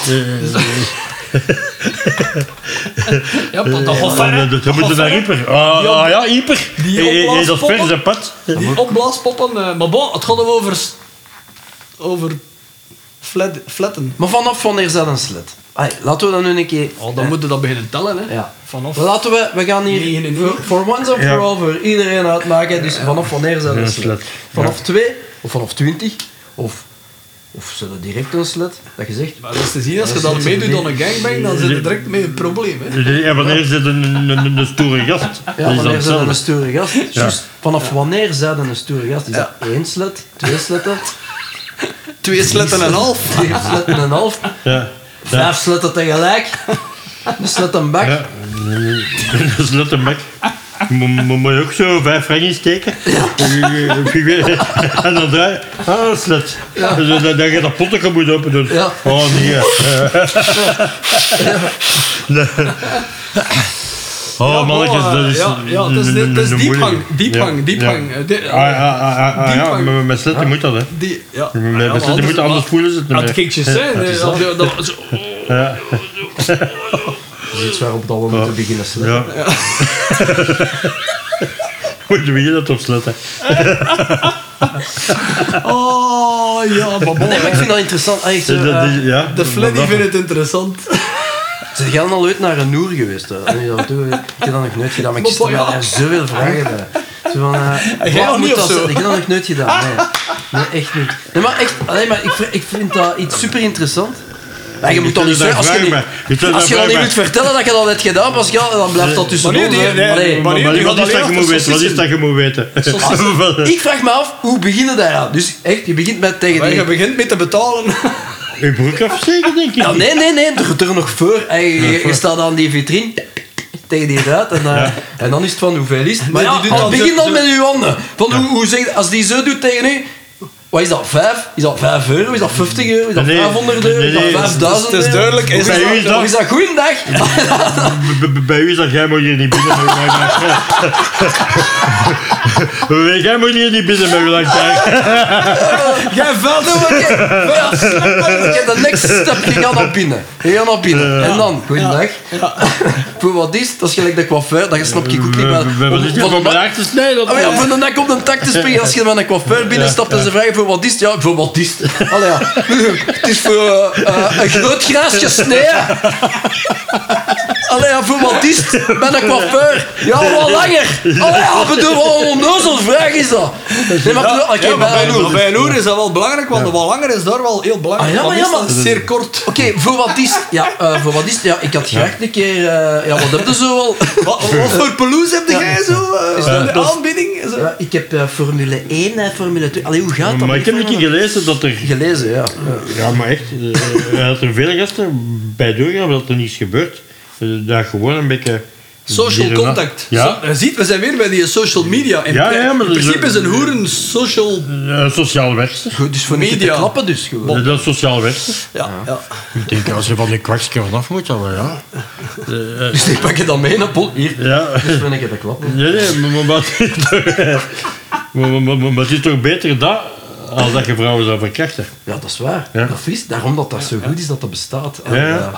Ja, dat gaat ver, hè. Dan moeten naar Ieper. Ja, Ieper. die Dat verse pad. Die opblaaspoppen... Maar bon, het gaat over flatten. Maar vanaf wanneer is dat een slet? Allee, laten we dan nu een keer... Oh, dan moeten we dat beginnen tellen, hè. Ja. Vanaf... Laten we gaan hier 99. voor once and for all voor iedereen uitmaken. Dus vanaf wanneer is dat een Een slet? slet. Vanaf 2 of vanaf 20? Of is dat direct een slet? Dat je zegt... Maar dat is te zien, als je Ja, dan dat meedoet is aan een gangbang, dan zit je direct met een probleem, hè. Ja, wanneer zit een stoere gast? Ja, Dat is wanneer is dat hetzelfde. een stoere gast? Juist, vanaf wanneer zijn dat een stoere gast? Is dat 1 slet, 2 sletten, 2 sletten en een half. 2 sletten en een half, Ja. 5 sletten tegelijk, een slet en bak? Ja. Dat is net een bek. Moet je ook zo 5 franken steken? En dan draai je... Ah, slet. Dus dat je dat potje moet open doen. Ja. Oh, nee. Oh, mannetjes, dat is... Ja, dat is diephang. Diephang. Ja, met sletten moet dat, hè. Met sletten moet dat, anders voelen ze het niet Het meer. kindjes zijn. Ja. Dat is iets waarop dat we moeten beginnen sletten. Ja. Moeten we hier dat op sletten? Oh, ja, maar bon. Nee, maar ik vind dat interessant. Eigenlijk zo, Ja. De Fleddy vindt het interessant. Zijn jij al ooit naar een Noer geweest? Ik heb dat nog nooit gedaan, maar ik stel me daar zoveel vragen bij. Zo van, jij nog niet of zo? Ik heb dat nog nooit gedaan, nee, echt niet. Nee, maar echt, maar ik vind dat iets super interessant. Maar je moet dan niet zeggen, als je dan niet moet vertellen dat je dat hebt gedaan, Pascal, dan blijft dat tussen ons. Wat is dat je moet weten? Ik vraag me af, hoe begin je daaraan? Dus echt, je begint met tegen die... Je begint met te betalen. Je broek afsteken, denk ik. Ja, nee, er nog voor. Je staat aan die vitrine tegen die ruit en dan is het van hoeveel is het. Maar begin dan met je handen. Van hoe zeg je, als die zo doet tegen u... Wat is dat? 5? Is dat €5? Is dat €50? Is dat €500? Is dat €5000? Het is duidelijk. Is dat goeiedag? Bij u is dat jij moet hier niet binnen. Jij moet hier niet binnen met uw langtaak. Jij valt over. Ik heb de next step. Je gaat naar binnen. En dan, goeiedag. Voor wat is het? Dat is gelijk de coiffeur. Dat snap ik ook niet. Wat is het om een taak te snijden? Voor de nek op de tak te springen. Als je met een coiffeur binnenstapt en ze vragen voor wat is het? Ja, voor wat is het? Allee, ja. Het is voor een groot graasje snijden. Allee, ja, voor wat is het? Met een coiffeur. Ja, wat langer. Allee, ja, bedoel, wat een onnozel vraag is dat. Nee, maar bij een oer is dat wel belangrijk, want wat langer is daar wel heel belangrijk. Maar dat is zeer kort. Oké, voor wat is het? Ja, voor wat is het? Ja, ik had graag een keer... wat heb je zo al? Wat voor pelouse heb jij zo? Is dat de aanbieding? Ja, ik heb Formule 1 en Formule 2. Allee, hoe gaat dat? Maar ik heb een keer gelezen dat er... Gelezen, ja. Ja, maar echt. Er had er veel gasten bij doorgaan dat er niets gebeurt. Dat gewoon een beetje... Social contact. Ja. Je ziet, we zijn weer bij die social media. Maar in principe is een hoer een social... sociaal werkster. Goed, dus voor media. Niet te klappen dus gewoon. Dat is sociaal werkster. Ja. Ik denk, als je van die kwakske vanaf moet, dan wel, ja. Dus ik pak je dan mee naar Pol. Hier, ja. dus ben ik te klappen. Nee, maar het is toch beter dat... als dat je vrouwen zou verkrachten. Ja, dat is waar. Ja. Dat is daarom dat dat zo goed is dat dat bestaat. Ja.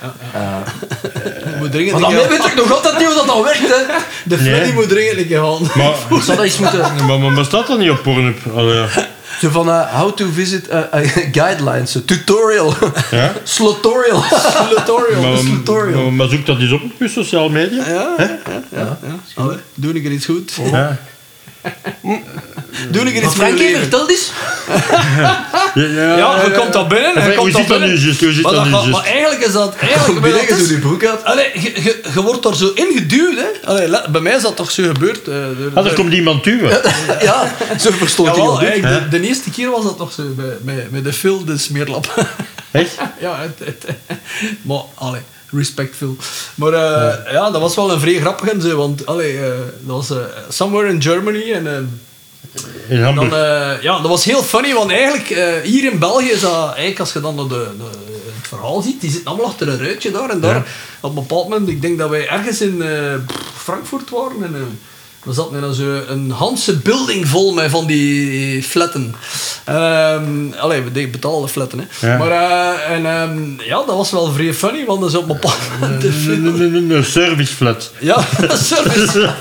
Moet dringend maar dan weet ik nog altijd niet hoe dat werkt, hè. De Freddy moet dringend een keer halen. Maar zou dat iets moeten... Maar staat dat niet op Pornhub? Zo van how to visit guidelines, tutorial, ja? Slutorial. Maar zoek dat eens op je sociale media. Ja. Doe ik er iets goed? Ja. Doe ik er iets Frankie, vertel eens. Ja, je komt dat binnen. Hoe zit dat nu juist? Maar eigenlijk is dat... Binnen, je doet die broek uit. Allee, je wordt er zo ingeduwd, hè. Allee, bij mij is dat toch zo gebeurd. Er komt iemand duwen. Ja, zo verstond ik dat. De eerste keer was dat toch zo, met de Phil, de smeerlap. Echt? Ja, maar, allee... Respectful. Maar ja, dat was wel een vrij grappig en zo, want dat was somewhere in Germany en in Hamburg. dat was heel funny, want eigenlijk hier in België is dat, eigenlijk als je dan het verhaal ziet, die zitten allemaal achter een ruitje daar en daar. Op een bepaald moment, ik denk dat wij ergens in Frankfurt waren en we zaten in een Hanse building vol met van die flatten. We betaalden flatten, hè. Ja. Maar dat was wel vrij funny, want dat is op een bepaald moment... Een serviceflat. Ja, een service.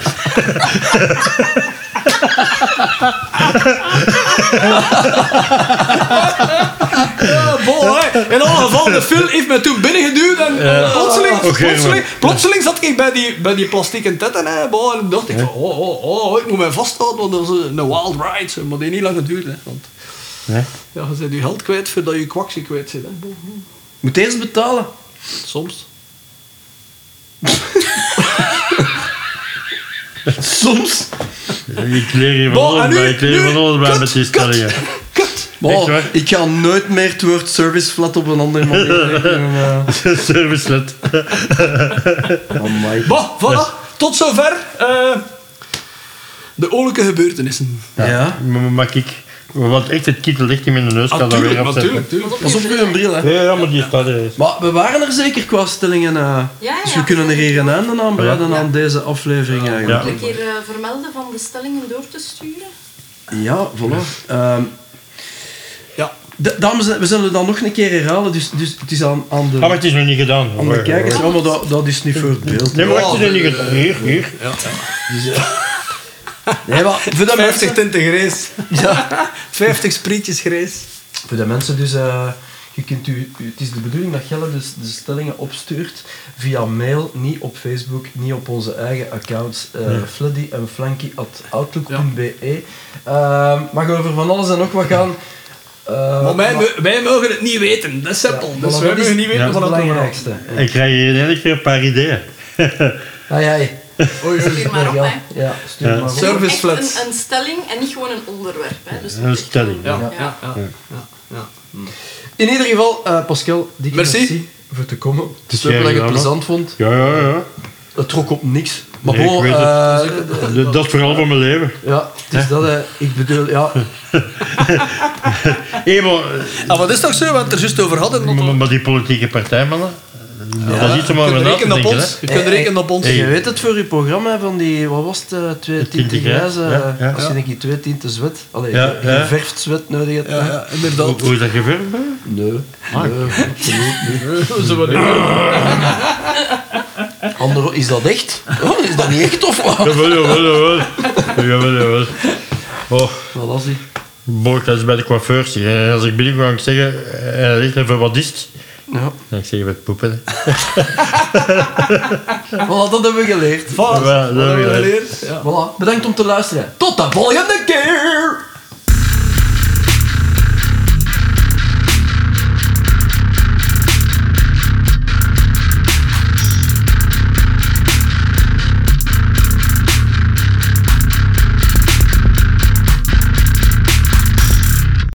In alle geval, de Phil heeft mij toen binnengeduwd en plotseling zat ik bij die plastieke tetten. En dacht ik van, ik moet mij vasthouden, want dat is een wild ride. Maar die niet lang geduurd. Hè, want je bent je geld kwijt voordat je kwakje kwijt zit. Hè. Moet eerst betalen. Soms. Soms. Ik leer hier van alles bij met die stellingen. Ik ga nooit meer het woord serviceflat op een andere manier. Serviceflat. Voilà. Tot zover. De oorlijke gebeurtenissen. Ja. Maar kijk... Want echt, het kittel ligt in mijn neus. Kan dat weer afzetten. Tuurlijk. Pas op voor een bril, hè. Ja, maar die staat er eens. Maar we waren er zeker qua stellingen. Dus we kunnen er hier een einde aan breiden aan deze aflevering eigenlijk. Een keer vermelden van de stellingen door te sturen. Ja, voilà. Dames, we zullen het dan nog een keer herhalen, dus het is aan de... Maar het is nog niet gedaan. Aan de kijkers, maar dat is niet voor het beeld. Nee, maar het is nog niet gedaan. Hier. Ja. Dus, nee, maar voor de 50 tinten grijs. Ja. 50 sprietjes grijs. Voor de mensen dus... het is de bedoeling dat Gelle dus de stellingen opstuurt via mail, niet op Facebook, niet op onze eigen accounts. Fleddy en Flanky@outlook.be. Mag over van alles en nog wat gaan. Maar wij mogen het niet weten, dat is simpel. Ja, dus wij mogen niet weten dat van is het het belangrijkste. Ik krijg hier iedere keer een paar ideeën. Stuur maar op, hè. Ja, stuur maar op. Service Echt flats. een stelling en niet gewoon een onderwerp. Hè. Dus Een stelling. Ja. In ieder geval, Pascal, dikke Merci. voor te komen. Het is Ik hoop dat je het gedaan, plezant vond. Ja. Het trok op niks. Maar Nee, ik weet bon, dat is vooral van mijn leven. ja, het is dat, ik bedoel, ja. Maar Maar dat is toch zo, want we het er juist over hadden. maar die politieke partijmannen, dat is iets om Je over kunt na te rekenen op denken. ons. Je kunt rekenen op ons. Je weet het voor je programma van die, wat was het, 2 tinten grijs, grijs, ja. als je denk ik 2 tinten zwet, allee, Ja, ja. geverfd zwet nodig hebt. Ja, inderdaad. Hoe is dat geverfd bij? Nee, nee, absoluut niet. Zo wat Ander, is dat echt? Oh, is dat niet echt of wat? Jawel. Oh, Wat was die? Borg, dat is bij de coiffeur. Zeg. Als ik binnenkom, ga ik zeggen, hij zegt even, wat is het? Ja. Dan zeg ik, wat poepen. Voilà, dat hebben we geleerd. Ja, dat hebben we geleerd. Ja. Voilà, bedankt om te luisteren. Tot de volgende keer!